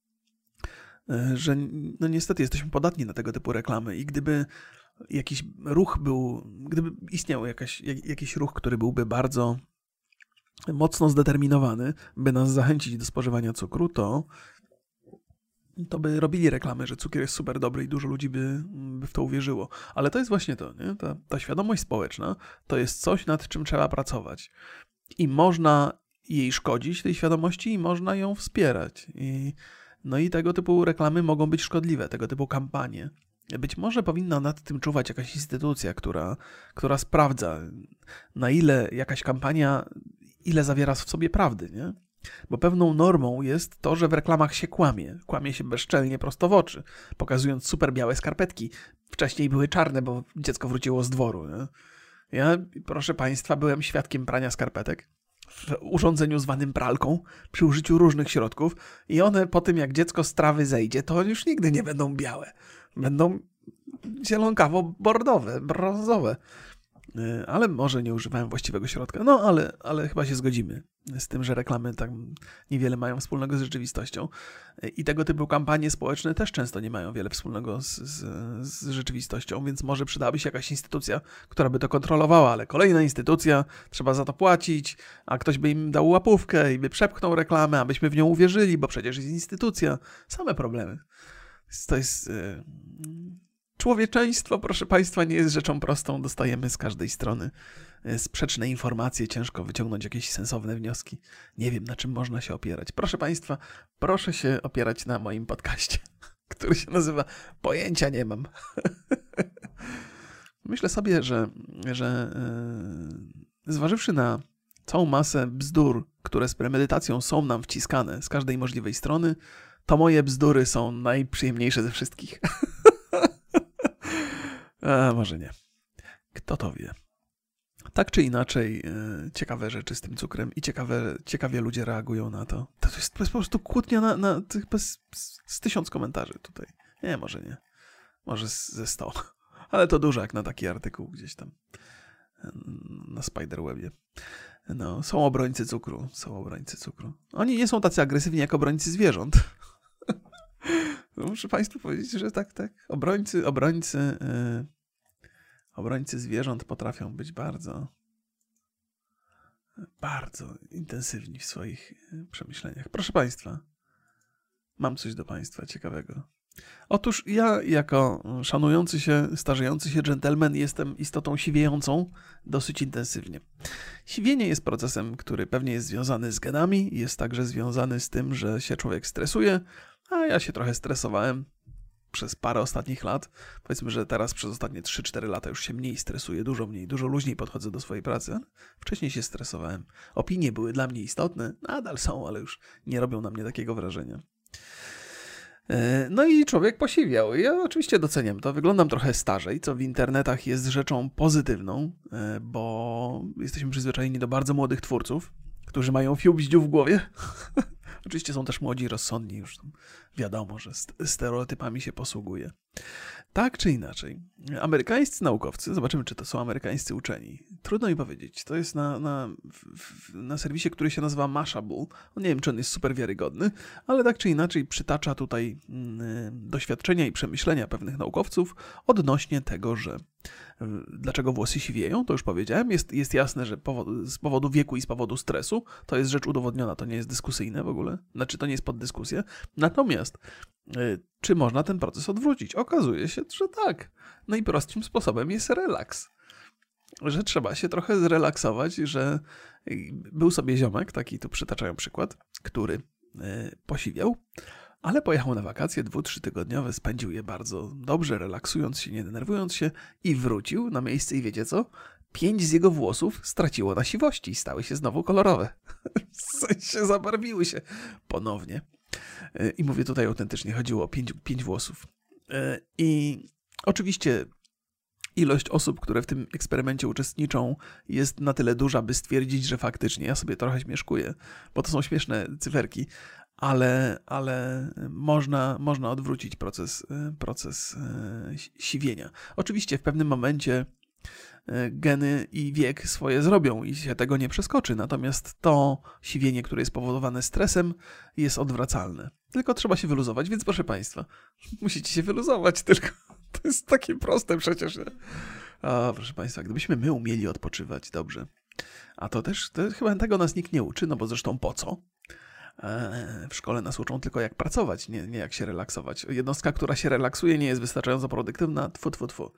że no niestety jesteśmy podatni na tego typu reklamy i gdyby jakiś ruch był, gdyby istniał jakaś, jakiś ruch, który byłby bardzo mocno zdeterminowany, by nas zachęcić do spożywania cukru, to, to by robili reklamy, że cukier jest super dobry i dużo ludzi by, by w to uwierzyło. Ale to jest właśnie to, nie? Ta, ta świadomość społeczna to jest coś, nad czym trzeba pracować. I można jej szkodzić, tej świadomości, i można ją wspierać. I, no i tego typu reklamy mogą być szkodliwe, tego typu kampanie. Być może powinna nad tym czuwać jakaś instytucja, która, która sprawdza, na ile jakaś kampania, ile zawiera w sobie prawdy, nie? Bo pewną normą jest to, że w reklamach się kłamie. Kłamie się bezczelnie prosto w oczy, pokazując super białe skarpetki. Wcześniej były czarne, bo dziecko wróciło z dworu, nie? Ja, proszę Państwa, byłem świadkiem prania skarpetek w urządzeniu zwanym pralką przy użyciu różnych środków i one po tym, jak dziecko z trawy zejdzie, to już nigdy nie będą białe. Będą zielonkawo-bordowe, brązowe. Ale może nie używałem właściwego środka. No, ale, ale chyba się zgodzimy z tym, że reklamy tak niewiele mają wspólnego z rzeczywistością. I tego typu kampanie społeczne też często nie mają wiele wspólnego z, z, z rzeczywistością, więc może przydałaby się jakaś instytucja, która by to kontrolowała, ale kolejna instytucja, trzeba za to płacić, a ktoś by im dał łapówkę i by przepchnął reklamę, abyśmy w nią uwierzyli, bo przecież jest instytucja. Same problemy. To jest... Yy... Człowieczeństwo, proszę Państwa, nie jest rzeczą prostą. Dostajemy z każdej strony sprzeczne informacje, ciężko wyciągnąć jakieś sensowne wnioski. Nie wiem, na czym można się opierać. Proszę Państwa, proszę się opierać na moim podcaście, który się nazywa Pojęcia nie mam. Myślę sobie, że, że yy, zważywszy na całą masę bzdur, które z premedytacją są nam wciskane z każdej możliwej strony, to moje bzdury są najprzyjemniejsze ze wszystkich. A może nie. Kto to wie. Tak czy inaczej, e, ciekawe rzeczy z tym cukrem i ciekawe, ciekawie ludzie reagują na to. To jest, to jest po prostu kłótnia na, na tych bez, z tysiąc komentarzy tutaj. Nie, może nie. Może z, ze sto. Ale to dużo jak na taki artykuł gdzieś tam na Spiderwebie. No, są obrońcy cukru. Są obrońcy cukru. Oni nie są tacy agresywni jak obrońcy zwierząt. Muszę Państwu powiedzieć, że tak, tak. Obrońcy, obrońcy, yy, obrońcy zwierząt potrafią być bardzo, bardzo intensywni w swoich przemyśleniach. Proszę Państwa, mam coś do Państwa ciekawego. Otóż ja, jako szanujący się, starzejący się dżentelmen, jestem istotą siwiejącą dosyć intensywnie. Siwienie jest procesem, który pewnie jest związany z genami, jest także związany z tym, że się człowiek stresuje, a ja się trochę stresowałem przez parę ostatnich lat. Powiedzmy, że teraz przez ostatnie trzy cztery lata już się mniej stresuję, dużo mniej, dużo luźniej podchodzę do swojej pracy. Ale wcześniej się stresowałem. Opinie były dla mnie istotne, nadal są, ale już nie robią na mnie takiego wrażenia. No i człowiek posiwiał. Ja oczywiście doceniam to. Wyglądam trochę starzej, co w internetach jest rzeczą pozytywną, bo jesteśmy przyzwyczajeni do bardzo młodych twórców, którzy mają fiu-bździu w głowie. Oczywiście są też młodzi, rozsądni, już wiadomo, że stereotypami się posługuje. Tak czy inaczej, amerykańscy naukowcy, zobaczymy, czy to są amerykańscy uczeni. Trudno mi powiedzieć. To jest na, na, w, na serwisie, który się nazywa Mashable. Nie wiem, czy on jest super wiarygodny, ale tak czy inaczej przytacza tutaj mm, doświadczenia i przemyślenia pewnych naukowców odnośnie tego, że dlaczego włosy siwieją, to już powiedziałem. Jest, jest jasne, że powo- z powodu wieku i z powodu stresu. To jest rzecz udowodniona, to nie jest dyskusyjne w ogóle. Znaczy, to nie jest pod dyskusję. Natomiast y, czy można ten proces odwrócić? Okazuje się, że tak. Najprostszym sposobem jest relaks. Że trzeba się trochę zrelaksować, że był sobie ziomek, taki tu przytaczają przykład, który y, posiwiał, ale pojechał na wakacje dwu, trzy tygodniowe, spędził je bardzo dobrze, relaksując się, nie denerwując się i wrócił na miejsce i wiecie co? Pięć z jego włosów straciło na siwości i stały się znowu kolorowe. W sensie zabarwiły się ponownie. I mówię tutaj autentycznie, chodziło o pięć, pięć włosów. I oczywiście ilość osób, które w tym eksperymencie uczestniczą, jest na tyle duża, by stwierdzić, że faktycznie ja sobie trochę śmieszkuję, bo to są śmieszne cyferki, ale, ale można, można odwrócić proces, proces siwienia. Oczywiście w pewnym momencie geny i wiek swoje zrobią i się tego nie przeskoczy, natomiast to siwienie, które jest powodowane stresem, jest odwracalne. Tylko trzeba się wyluzować, więc proszę Państwa, musicie się wyluzować, tylko to jest takie proste przecież. Nie? A, proszę Państwa, gdybyśmy my umieli odpoczywać dobrze, a to też, to chyba tego nas nikt nie uczy, no bo zresztą po co? W szkole nas uczą tylko jak pracować, nie, nie jak się relaksować. Jednostka, która się relaksuje, nie jest wystarczająco produktywna, tfu, tfu, tfu.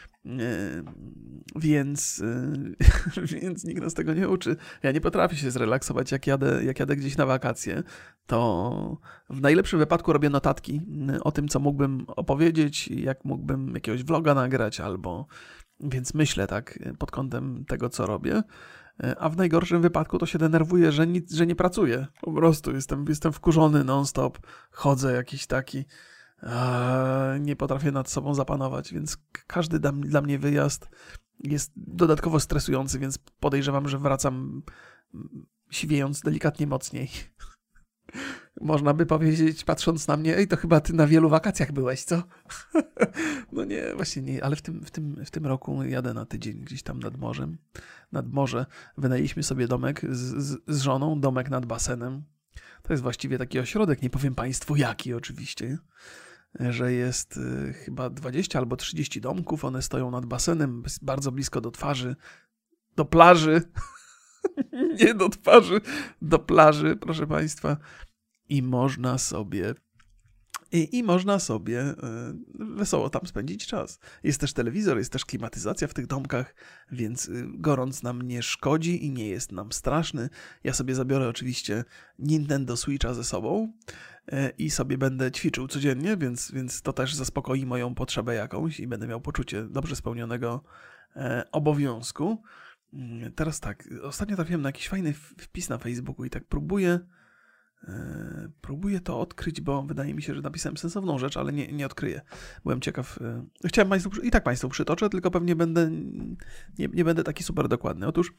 Więc, więc nikt nas tego nie uczy. Ja nie potrafię się zrelaksować, jak jadę, jak jadę gdzieś na wakacje, to w najlepszym wypadku robię notatki o tym, co mógłbym opowiedzieć, jak mógłbym jakiegoś vloga nagrać, albo więc myślę tak pod kątem tego, co robię. A w najgorszym wypadku to się denerwuję, że, nic, że nie pracuję. Po prostu jestem, jestem wkurzony non-stop, chodzę jakiś taki, a nie potrafię nad sobą zapanować, więc każdy da, dla mnie wyjazd jest dodatkowo stresujący, więc podejrzewam, że wracam siwiejąc delikatnie mocniej. Można by powiedzieć, patrząc na mnie, ej, to chyba ty na wielu wakacjach byłeś, co? No nie, właśnie nie, ale w tym, w tym, w tym roku jadę na tydzień gdzieś tam nad morzem, nad morze. Wynajęliśmy sobie domek z, z, z żoną, domek nad basenem. To jest właściwie taki ośrodek, nie powiem Państwu jaki oczywiście, że jest y, chyba dwadzieścia albo trzydzieści domków, one stoją nad basenem, bardzo blisko do twarzy, do plaży, nie do twarzy, do plaży, proszę Państwa. I można sobie i, i można sobie y, wesoło tam spędzić czas. Jest też telewizor, jest też klimatyzacja w tych domkach, więc y, gorąc nam nie szkodzi i nie jest nam straszny. Ja sobie zabiorę oczywiście Nintendo Switcha ze sobą y, i sobie będę ćwiczył codziennie, więc, więc to też zaspokoi moją potrzebę jakąś i będę miał poczucie dobrze spełnionego y, obowiązku. Y, teraz tak, ostatnio trafiłem na jakiś fajny wpis na Facebooku i tak próbuję Próbuję to odkryć, bo wydaje mi się, że napisałem sensowną rzecz, ale nie, nie odkryję. Byłem ciekaw. Chciałem Państwu, i tak Państwu przytoczę, tylko pewnie będę, nie, nie będę taki super dokładny. Otóż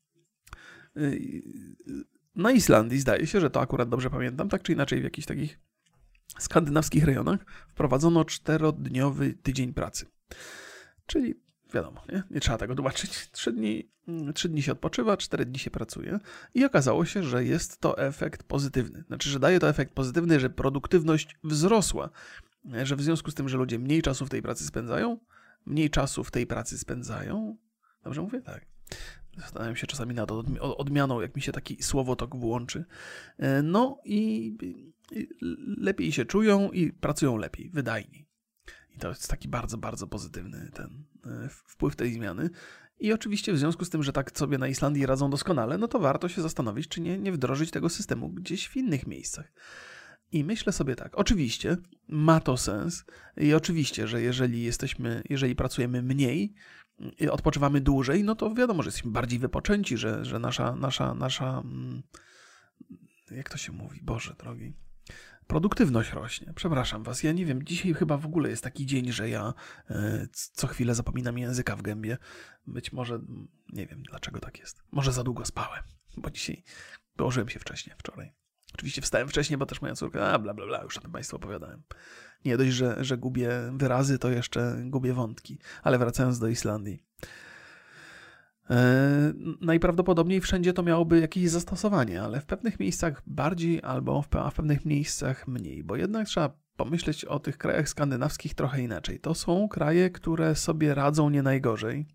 na Islandii zdaje się, że to akurat dobrze pamiętam, tak czy inaczej w jakichś takich skandynawskich rejonach wprowadzono czterodniowy tydzień pracy. Czyli wiadomo, nie? Nie trzeba tego tłumaczyć. Trzy dni, trzy dni się odpoczywa, cztery dni się pracuje i okazało się, że jest to efekt pozytywny. Znaczy, że daje to efekt pozytywny, że produktywność wzrosła, że w związku z tym, że ludzie mniej czasu w tej pracy spędzają, mniej czasu w tej pracy spędzają. Dobrze mówię? Tak. Zastanawiam się czasami nad odmianą, jak mi się taki słowotok włączy. No i lepiej się czują i pracują lepiej, wydajniej. I to jest taki bardzo, bardzo pozytywny ten wpływ tej zmiany. I oczywiście w związku z tym, że tak sobie na Islandii radzą doskonale, no to warto się zastanowić, czy nie, nie wdrożyć tego systemu gdzieś w innych miejscach. I myślę sobie tak, oczywiście ma to sens i oczywiście, że jeżeli jesteśmy, jeżeli pracujemy mniej, odpoczywamy dłużej, no to wiadomo, że jesteśmy bardziej wypoczęci, że, że nasza, nasza, nasza, jak to się mówi, Boże drogi, produktywność rośnie. Przepraszam was, ja nie wiem, dzisiaj chyba w ogóle jest taki dzień, że ja e, co chwilę zapominam języka w gębie. Być może, nie wiem dlaczego tak jest. Może za długo spałem, bo dzisiaj położyłem się wcześniej, wczoraj. Oczywiście wstałem wcześniej, bo też moja córka, a bla bla bla, już o tym Państwu opowiadałem. Nie dość, że, że gubię wyrazy, to jeszcze gubię wątki. Ale wracając do Islandii. E, najprawdopodobniej wszędzie to miałoby jakieś zastosowanie, ale w pewnych miejscach bardziej, albo w, a w pewnych miejscach mniej, bo jednak trzeba pomyśleć o tych krajach skandynawskich trochę inaczej. To są kraje, które sobie radzą nie najgorzej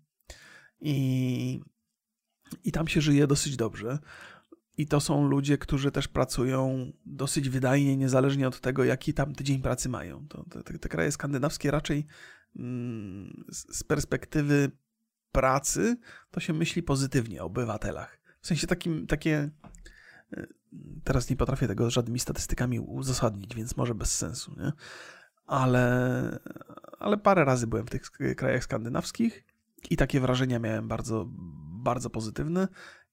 i, i tam się żyje dosyć dobrze. I to są ludzie, którzy też pracują dosyć wydajnie, niezależnie od tego, jaki tam tydzień pracy mają. To, te, te kraje skandynawskie raczej mm, z, z perspektywy pracy to się myśli pozytywnie o obywatelach. W sensie takim, takie... Teraz nie potrafię tego żadnymi statystykami uzasadnić, więc może bez sensu, nie? Ale, ale parę razy byłem w tych krajach skandynawskich i takie wrażenia miałem bardzo, bardzo pozytywne.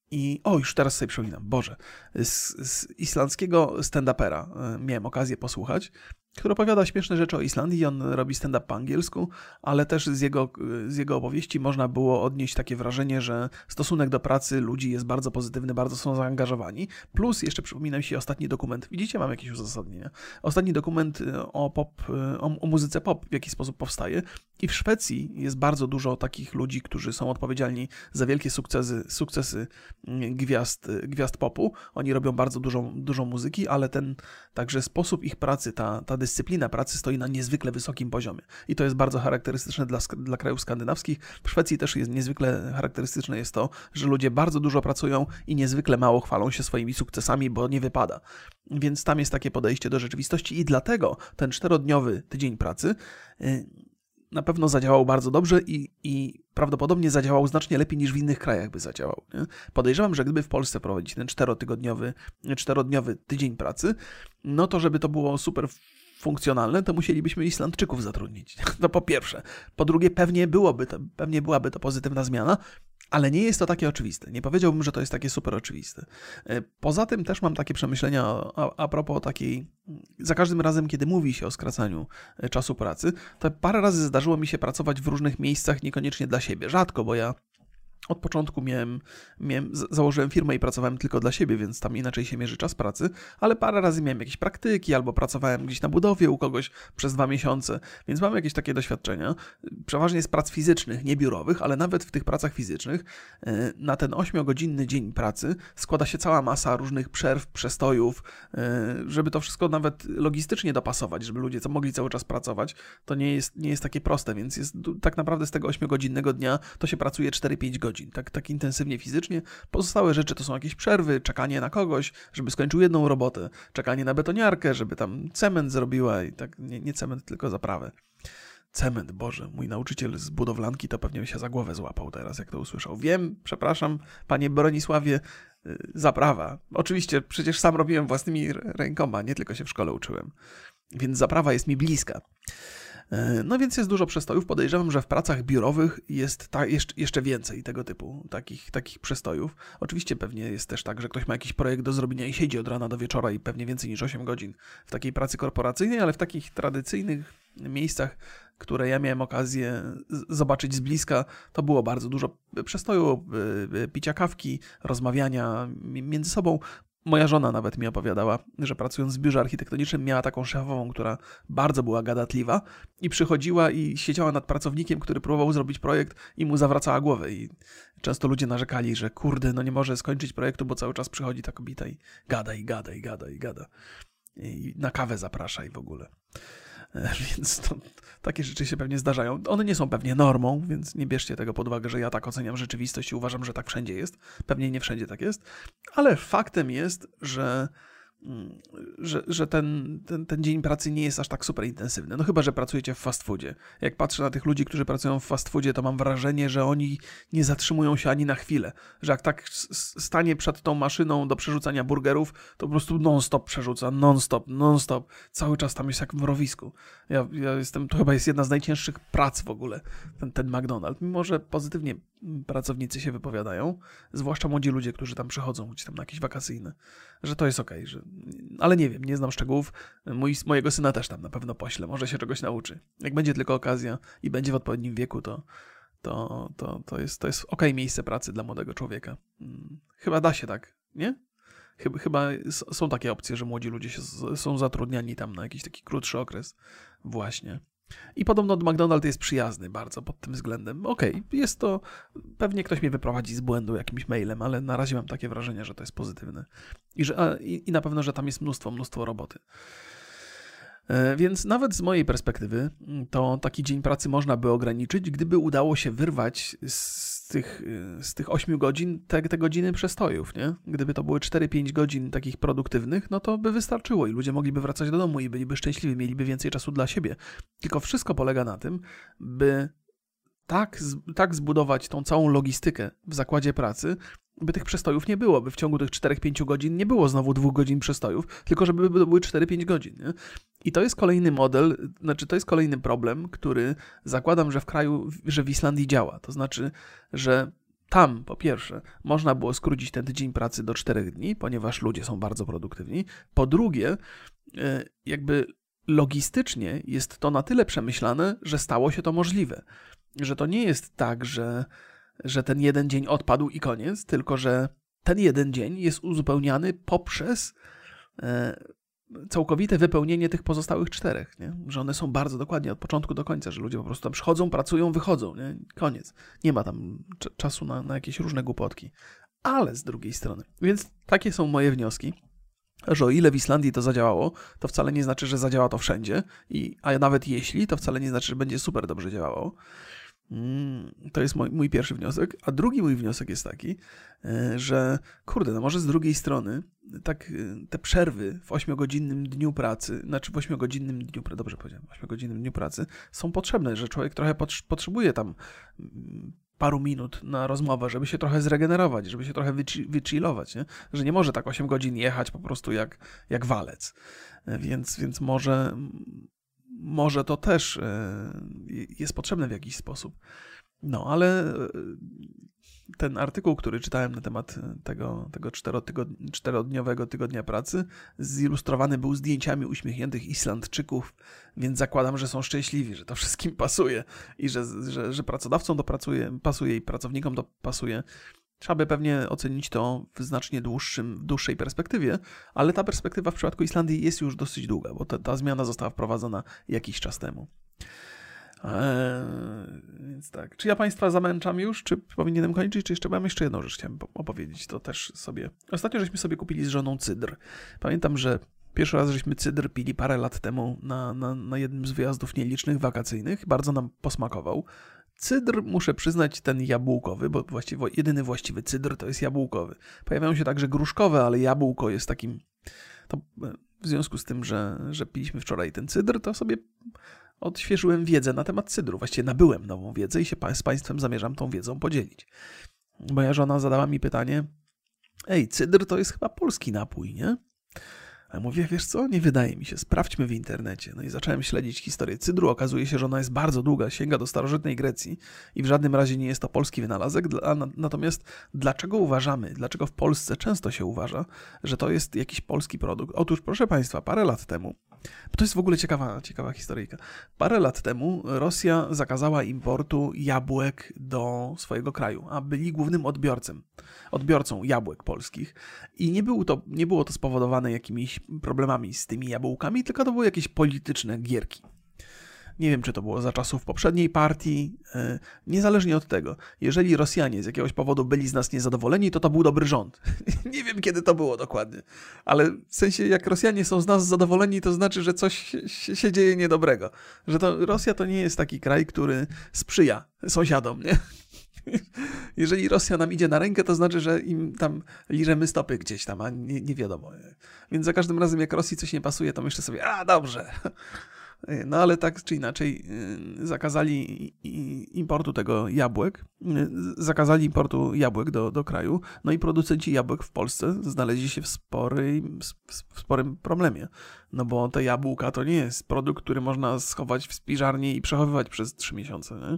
I o, już teraz sobie przypominam, Boże, z, z islandzkiego stand-upera miałem okazję posłuchać, który opowiada śmieszne rzeczy o Islandii. On robi stand-up po angielsku, ale też z jego, z jego opowieści można było odnieść takie wrażenie, że stosunek do pracy ludzi jest bardzo pozytywny, bardzo są zaangażowani. Plus jeszcze przypomina mi się ostatni dokument, widzicie, mam jakieś uzasadnienie, ostatni dokument o, pop, o, o muzyce pop, w jaki sposób powstaje. I w Szwecji jest bardzo dużo takich ludzi, którzy są odpowiedzialni za wielkie sukcesy, sukcesy gwiazd, gwiazd popu. Oni robią bardzo dużą, dużą muzyki, ale ten także sposób ich pracy, ta, ta dyscyplina pracy stoi na niezwykle wysokim poziomie. I to jest bardzo charakterystyczne dla, dla krajów skandynawskich. W Szwecji też jest niezwykle charakterystyczne jest to, że ludzie bardzo dużo pracują i niezwykle mało chwalą się swoimi sukcesami, bo nie wypada. Więc tam jest takie podejście do rzeczywistości i dlatego ten czterodniowy tydzień pracy yy, na pewno zadziałał bardzo dobrze i, i prawdopodobnie zadziałał znacznie lepiej niż w innych krajach by zadziałał. Nie? Podejrzewam, że gdyby w Polsce prowadzić ten czterotygodniowy, czterodniowy tydzień pracy, no to żeby to było super funkcjonalne, to musielibyśmy Islandczyków zatrudnić. To po pierwsze. Po drugie, pewnie byłoby to, pewnie byłaby to pozytywna zmiana, ale nie jest to takie oczywiste. Nie powiedziałbym, że to jest takie super oczywiste. Poza tym też mam takie przemyślenia a, a propos takiej, za każdym razem, kiedy mówi się o skracaniu czasu pracy, to parę razy zdarzyło mi się pracować w różnych miejscach, niekoniecznie dla siebie. Rzadko, bo ja od początku miałem, miałem, założyłem firmę i pracowałem tylko dla siebie, więc tam inaczej się mierzy czas pracy, ale parę razy miałem jakieś praktyki albo pracowałem gdzieś na budowie u kogoś przez dwa miesiące, więc mam jakieś takie doświadczenia, przeważnie z prac fizycznych, nie biurowych, ale nawet w tych pracach fizycznych na ten ośmiogodzinny dzień pracy składa się cała masa różnych przerw, przestojów, żeby to wszystko nawet logistycznie dopasować, żeby ludzie mogli cały czas pracować, to nie jest, nie jest takie proste, więc jest tak naprawdę z tego ośmiogodzinnego dnia to się pracuje cztery pięć godzin. Tak, tak intensywnie fizycznie. Pozostałe rzeczy to są jakieś przerwy, czekanie na kogoś, żeby skończył jedną robotę, czekanie na betoniarkę, żeby tam cement zrobiła i tak, nie, nie cement, tylko zaprawę. Cement, Boże, mój nauczyciel z budowlanki to pewnie się za głowę złapał teraz, jak to usłyszał. Wiem, przepraszam, panie Bronisławie, zaprawa. Oczywiście przecież sam robiłem własnymi rękoma, nie tylko się w szkole uczyłem. Więc zaprawa jest mi bliska. No więc jest dużo przestojów. Podejrzewam, że w pracach biurowych jest ta, jeszcze, jeszcze więcej tego typu, takich, takich przestojów. Oczywiście pewnie jest też tak, że ktoś ma jakiś projekt do zrobienia i siedzi od rana do wieczora i pewnie więcej niż osiem godzin w takiej pracy korporacyjnej, ale w takich tradycyjnych miejscach, które ja miałem okazję zobaczyć z bliska, to było bardzo dużo przestoju, picia kawki, rozmawiania między sobą. Moja żona nawet mi opowiadała, że pracując w biurze architektonicznym miała taką szefową, która bardzo była gadatliwa i przychodziła i siedziała nad pracownikiem, który próbował zrobić projekt i mu zawracała głowę. I często ludzie narzekali, że kurde, no nie może skończyć projektu, bo cały czas przychodzi ta kobieta i gada, i gada, i gada, i gada. I na kawę zaprasza i w ogóle. Więc to, takie rzeczy się pewnie zdarzają. One nie są pewnie normą, więc nie bierzcie tego pod uwagę, że ja tak oceniam rzeczywistość i uważam, że tak wszędzie jest. Pewnie nie wszędzie tak jest, ale faktem jest, że że, że ten, ten, ten dzień pracy nie jest aż tak super intensywny. No chyba, że pracujecie w fast foodzie. Jak patrzę na tych ludzi, którzy pracują w fast foodzie, to mam wrażenie, że oni nie zatrzymują się ani na chwilę. Że jak tak stanie przed tą maszyną do przerzucania burgerów, to po prostu non-stop przerzuca, non-stop, non-stop. Cały czas tam jest jak w mrowisku. Ja, ja jestem, to chyba jest jedna z najcięższych prac w ogóle, ten, ten McDonald's. Mimo, że pozytywnie pracownicy się wypowiadają, zwłaszcza młodzi ludzie, którzy tam przychodzą, gdzieś tam na jakieś wakacyjne, że to jest okej, że... ale nie wiem, nie znam szczegółów. Mój, mojego syna też tam na pewno poślę, może się czegoś nauczy. Jak będzie tylko okazja i będzie w odpowiednim wieku, to, to, to, to jest, to jest okej miejsce pracy dla młodego człowieka. Chyba da się tak, nie? Chyba, chyba są takie opcje, że młodzi ludzie się, są zatrudniani tam na jakiś taki krótszy okres właśnie. I podobno McDonald's jest przyjazny bardzo pod tym względem. Okej, okay, jest to... Pewnie ktoś mnie wyprowadzi z błędu jakimś mailem, ale na razie mam takie wrażenie, że to jest pozytywne. I, że, a, i, i na pewno, że tam jest mnóstwo, mnóstwo roboty. E, więc nawet z mojej perspektywy to taki dzień pracy można by ograniczyć, gdyby udało się wyrwać z tych, z tych ośmiu godzin te, te godziny przestojów, nie? Gdyby to były cztery pięć godzin takich produktywnych, no to by wystarczyło i ludzie mogliby wracać do domu i byliby szczęśliwi, mieliby więcej czasu dla siebie. Tylko wszystko polega na tym, by tak, tak zbudować tą całą logistykę w zakładzie pracy, by tych przestojów nie było, by w ciągu tych czterech pięciu godzin nie było znowu dwóch godzin przestojów, tylko żeby były cztery pięć godzin. Nie? I to jest kolejny model, znaczy to jest kolejny problem, który zakładam, że w kraju, że w Islandii działa. To znaczy, że tam po pierwsze można było skrócić ten tydzień pracy do czterech dni, ponieważ ludzie są bardzo produktywni. Po drugie, jakby logistycznie jest to na tyle przemyślane, że stało się to możliwe. Że to nie jest tak, że że ten jeden dzień odpadł i koniec, tylko że ten jeden dzień jest uzupełniany poprzez e, całkowite wypełnienie tych pozostałych czterech, nie? Że one są bardzo dokładnie od początku do końca, że ludzie po prostu tam przychodzą, pracują, wychodzą, nie? Koniec. Nie ma tam cz- czasu na, na jakieś różne głupotki. Ale z drugiej strony, więc takie są moje wnioski, że o ile w Islandii to zadziałało, to wcale nie znaczy, że zadziała to wszędzie, i, a nawet jeśli, to wcale nie znaczy, że będzie super dobrze działało. To jest mój, mój pierwszy wniosek. A drugi mój wniosek jest taki, że kurde, no może z drugiej strony tak te przerwy w ośmiogodzinnym dniu pracy, znaczy w ośmiogodzinnym dniu, dobrze powiedziałem, w ośmiogodzinnym dniu pracy są potrzebne, że człowiek trochę potrzebuje tam paru minut na rozmowę, żeby się trochę zregenerować, żeby się trochę wychillować, nie? Że nie może tak osiem godzin jechać po prostu jak, jak walec. Więc, więc może... Może to też jest potrzebne w jakiś sposób. No, ale ten artykuł, który czytałem na temat tego, tego czterodniowego tygodnia pracy, zilustrowany był zdjęciami uśmiechniętych Islandczyków, więc zakładam, że są szczęśliwi, że to wszystkim pasuje i że, że, że pracodawcom to pracuje, pasuje i pracownikom to pasuje. Trzeba by pewnie ocenić to w znacznie dłuższym, w dłuższej perspektywie, ale ta perspektywa w przypadku Islandii jest już dosyć długa, bo ta, ta zmiana została wprowadzona jakiś czas temu. Eee, więc tak. Czy ja Państwa zamęczam już? Czy powinienem kończyć? Czy jeszcze mam jeszcze jedną rzecz chciałem opowiedzieć? To też sobie... Ostatnio żeśmy sobie kupili z żoną cydr. Pamiętam, że pierwszy raz żeśmy cydr pili parę lat temu na, na, na jednym z wyjazdów nielicznych, wakacyjnych. Bardzo nam posmakował. Cydr, muszę przyznać, ten jabłkowy, bo właściwie jedyny właściwy cydr to jest jabłkowy. Pojawiają się także gruszkowe, ale jabłko jest takim... To w związku z tym, że, że piliśmy wczoraj ten cydr, to sobie odświeżyłem wiedzę na temat cydru. Właściwie nabyłem nową wiedzę i się z Państwem zamierzam tą wiedzą podzielić. Moja żona zadała mi pytanie: ej, cydr to jest chyba polski napój, nie? A ja mówię, wiesz co, nie wydaje mi się, sprawdźmy w internecie. No i zacząłem śledzić historię cydru. Okazuje się, że ona jest bardzo długa, sięga do starożytnej Grecji i w żadnym razie nie jest to polski wynalazek. Natomiast dlaczego uważamy, dlaczego w Polsce często się uważa, że to jest jakiś polski produkt? Otóż, proszę Państwa, parę lat temu, bo to jest w ogóle ciekawa, ciekawa historyjka, parę lat temu Rosja zakazała importu jabłek do swojego kraju, a byli głównym odbiorcą, odbiorcą jabłek polskich i nie było to, nie było to spowodowane jakimiś problemami z tymi jabłkami, tylko to były jakieś polityczne gierki. Nie wiem, czy to było za czasów poprzedniej partii. Niezależnie od tego, jeżeli Rosjanie z jakiegoś powodu byli z nas niezadowoleni, to to był dobry rząd. Nie wiem, kiedy to było dokładnie. Ale w sensie, jak Rosjanie są z nas zadowoleni, to znaczy, że coś się dzieje niedobrego. Że to Rosja to nie jest taki kraj, który sprzyja sąsiadom, nie? Jeżeli Rosja nam idzie na rękę, to znaczy, że im tam liżemy stopy gdzieś tam, a nie, nie wiadomo. Więc za każdym razem, jak Rosji coś nie pasuje, to myślę sobie, a dobrze. No ale tak czy inaczej zakazali importu tego jabłek, zakazali importu jabłek do, do kraju, no i producenci jabłek w Polsce znaleźli się w, spory, w sporym problemie, no bo te jabłka to nie jest produkt, który można schować w spiżarni i przechowywać przez trzy miesiące, nie?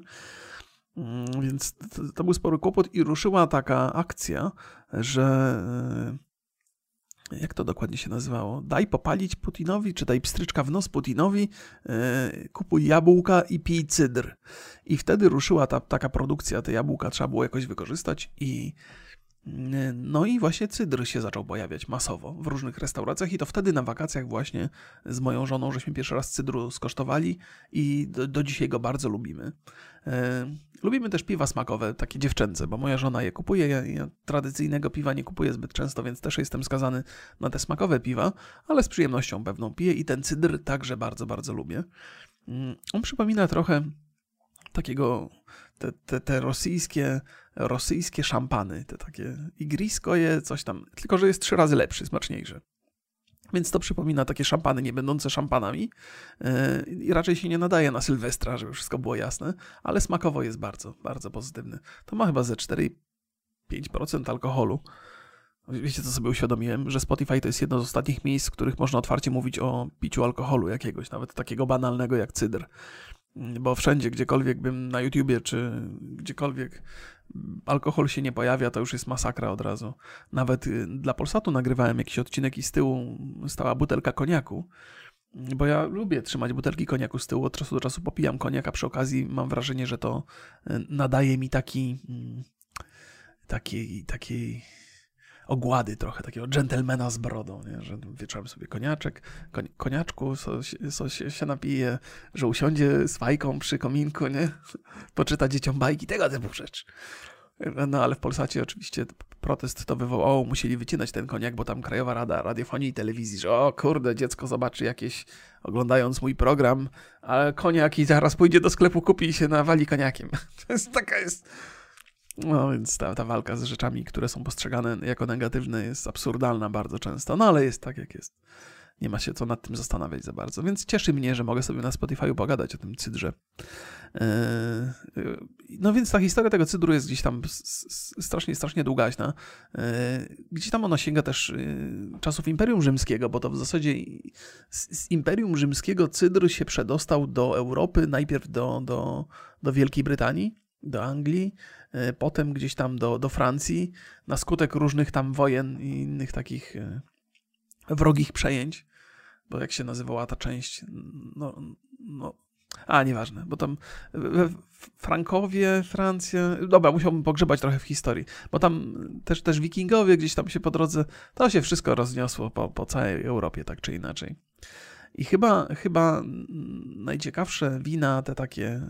Więc to, to był spory kłopot i ruszyła taka akcja, że... Jak to dokładnie się nazywało? Daj popalić Putinowi, czy daj pstryczka w nos Putinowi, yy, kupuj jabłka i pij cydr. I wtedy ruszyła ta taka produkcja, te jabłka trzeba było jakoś wykorzystać i yy, no i właśnie cydr się zaczął pojawiać masowo w różnych restauracjach i to wtedy na wakacjach właśnie z moją żoną, żeśmy pierwszy raz cydru skosztowali i do, do dzisiaj go bardzo lubimy. Yy, Lubimy też piwa smakowe, takie dziewczęce, bo moja żona je kupuje, ja, ja tradycyjnego piwa nie kupuję zbyt często, więc też jestem skazany na te smakowe piwa, ale z przyjemnością pewną piję i ten cydr także bardzo, bardzo lubię. On przypomina trochę takiego, te, te, te rosyjskie, rosyjskie szampany, te takie igriskoje, coś tam, tylko że jest trzy razy lepszy, smaczniejszy. Więc to przypomina takie szampany nie będące szampanami yy, i raczej się nie nadaje na Sylwestra, żeby wszystko było jasne, ale smakowo jest bardzo, bardzo pozytywny. To ma chyba ze cztery i pięć procent alkoholu. Wiecie, co sobie uświadomiłem? Że Spotify to jest jedno z ostatnich miejsc, w których można otwarcie mówić o piciu alkoholu jakiegoś, nawet takiego banalnego jak cydr. Bo wszędzie, gdziekolwiek bym na YouTubie, czy gdziekolwiek alkohol się nie pojawia, to już jest masakra od razu. Nawet dla Polsatu nagrywałem jakiś odcinek i z tyłu stała butelka koniaku, bo ja lubię trzymać butelki koniaku z tyłu, od czasu do czasu popijam koniak, a przy okazji mam wrażenie, że to nadaje mi taki takiej, takiej ogłady trochę, takiego dżentelmena z brodą, nie? Że wieczorem sobie koniaczek, koń, koniaczku, co, co się, się napije, że usiądzie z fajką przy kominku, nie? Poczyta dzieciom bajki, tego typu rzecz. No ale w Polsacie oczywiście protest to wywołało, musieli wycinać ten koniak, bo tam Krajowa Rada Radiofonii i Telewizji, że o kurde, dziecko zobaczy jakieś, oglądając mój program, ale koniak i zaraz pójdzie do sklepu, kupi i się nawali koniakiem. To jest taka jest... No więc ta, ta walka z rzeczami, które są postrzegane jako negatywne, jest absurdalna bardzo często, no ale jest tak jak jest. Nie ma się co nad tym zastanawiać za bardzo, więc cieszy mnie, że mogę sobie na Spotify'u pogadać o tym cydrze. No więc ta historia tego cydru jest gdzieś tam strasznie, strasznie długaśna. Gdzieś tam ono sięga też czasów Imperium Rzymskiego, bo to w zasadzie z Imperium Rzymskiego cydr się przedostał do Europy, najpierw do, do, do Wielkiej Brytanii, do Anglii, potem gdzieś tam do, do Francji, na skutek różnych tam wojen i innych takich wrogich przejęć, bo jak się nazywała ta część, no, no a nieważne, bo tam Frankowie, Francja, dobra, musiałbym pogrzebać trochę w historii, bo tam też, też wikingowie gdzieś tam się po drodze, to się wszystko rozniosło po, po całej Europie, tak czy inaczej. I chyba, chyba najciekawsze wina, te takie...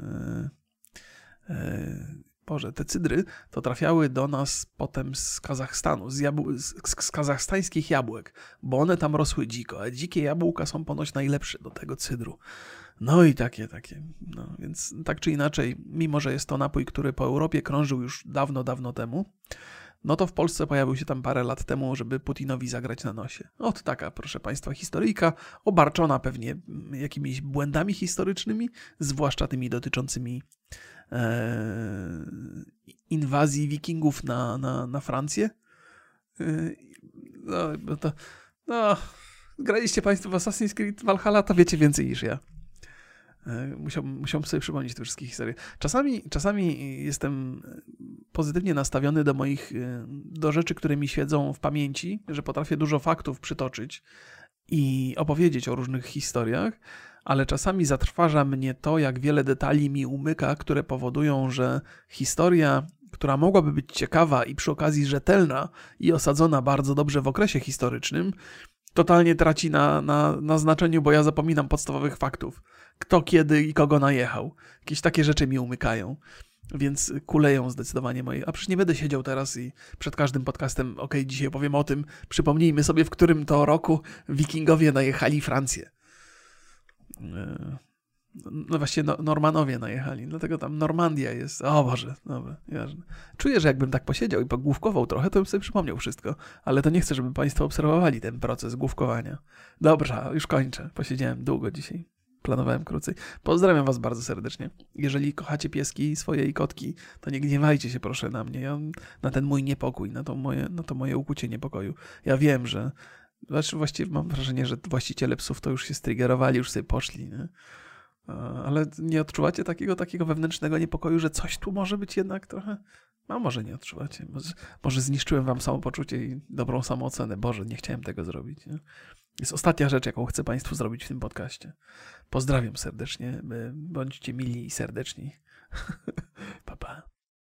Boże, te cydry to trafiały do nas potem z Kazachstanu, z, jabł- z, z kazachstańskich jabłek, bo one tam rosły dziko, a dzikie jabłka są ponoć najlepsze do tego cydru. No i takie, takie. No, więc tak czy inaczej, mimo że jest to napój, który po Europie krążył już dawno, dawno temu, no to w Polsce pojawił się tam parę lat temu, żeby Putinowi zagrać na nosie. Ot taka, proszę Państwa, historyjka, obarczona pewnie jakimiś błędami historycznymi, zwłaszcza tymi dotyczącymi e, inwazji wikingów na, na, na Francję. E, no, to, no, graliście Państwo w Assassin's Creed Valhalla, to wiecie więcej niż ja. Musiałbym, musiałbym sobie przypomnieć te wszystkie historie. Czasami, czasami jestem pozytywnie nastawiony do moich, do rzeczy, które mi siedzą w pamięci, że potrafię dużo faktów przytoczyć i opowiedzieć o różnych historiach, ale czasami zatrważa mnie to, jak wiele detali mi umyka, które powodują, że historia, która mogłaby być ciekawa i przy okazji rzetelna i osadzona bardzo dobrze w okresie historycznym, totalnie traci na, na, na znaczeniu, bo ja zapominam podstawowych faktów. Kto, kiedy i kogo najechał. Jakieś takie rzeczy mi umykają. Więc kuleją zdecydowanie moje. A przecież nie będę siedział teraz i przed każdym podcastem, okej, okay, dzisiaj opowiem o tym, przypomnijmy sobie, w którym to roku wikingowie najechali Francję. No właśnie no, Normanowie najechali, dlatego tam Normandia jest. O Boże, dobra, jasne. Czuję, że jakbym tak posiedział i pogłówkował trochę, to bym sobie przypomniał wszystko, ale to nie chcę, żeby państwo obserwowali ten proces główkowania. Dobra, już kończę. Posiedziałem długo dzisiaj. Planowałem krócej. Pozdrawiam was bardzo serdecznie. Jeżeli kochacie pieski swoje i kotki, to nie gniewajcie się proszę na mnie, ja, na ten mój niepokój, na to moje, na to moje ukłucie niepokoju. Ja wiem, że znaczy właściwie mam wrażenie, że właściciele psów to już się striggerowali, już sobie poszli, nie? Ale nie odczuwacie takiego, takiego wewnętrznego niepokoju, że coś tu może być jednak trochę? A może nie odczuwacie. Może, może zniszczyłem wam samopoczucie i dobrą samoocenę. Boże, nie chciałem tego zrobić. Nie? Jest ostatnia rzecz, jaką chcę państwu zrobić w tym podcaście. Pozdrawiam serdecznie. Bądźcie mili i serdeczni. Pa, pa.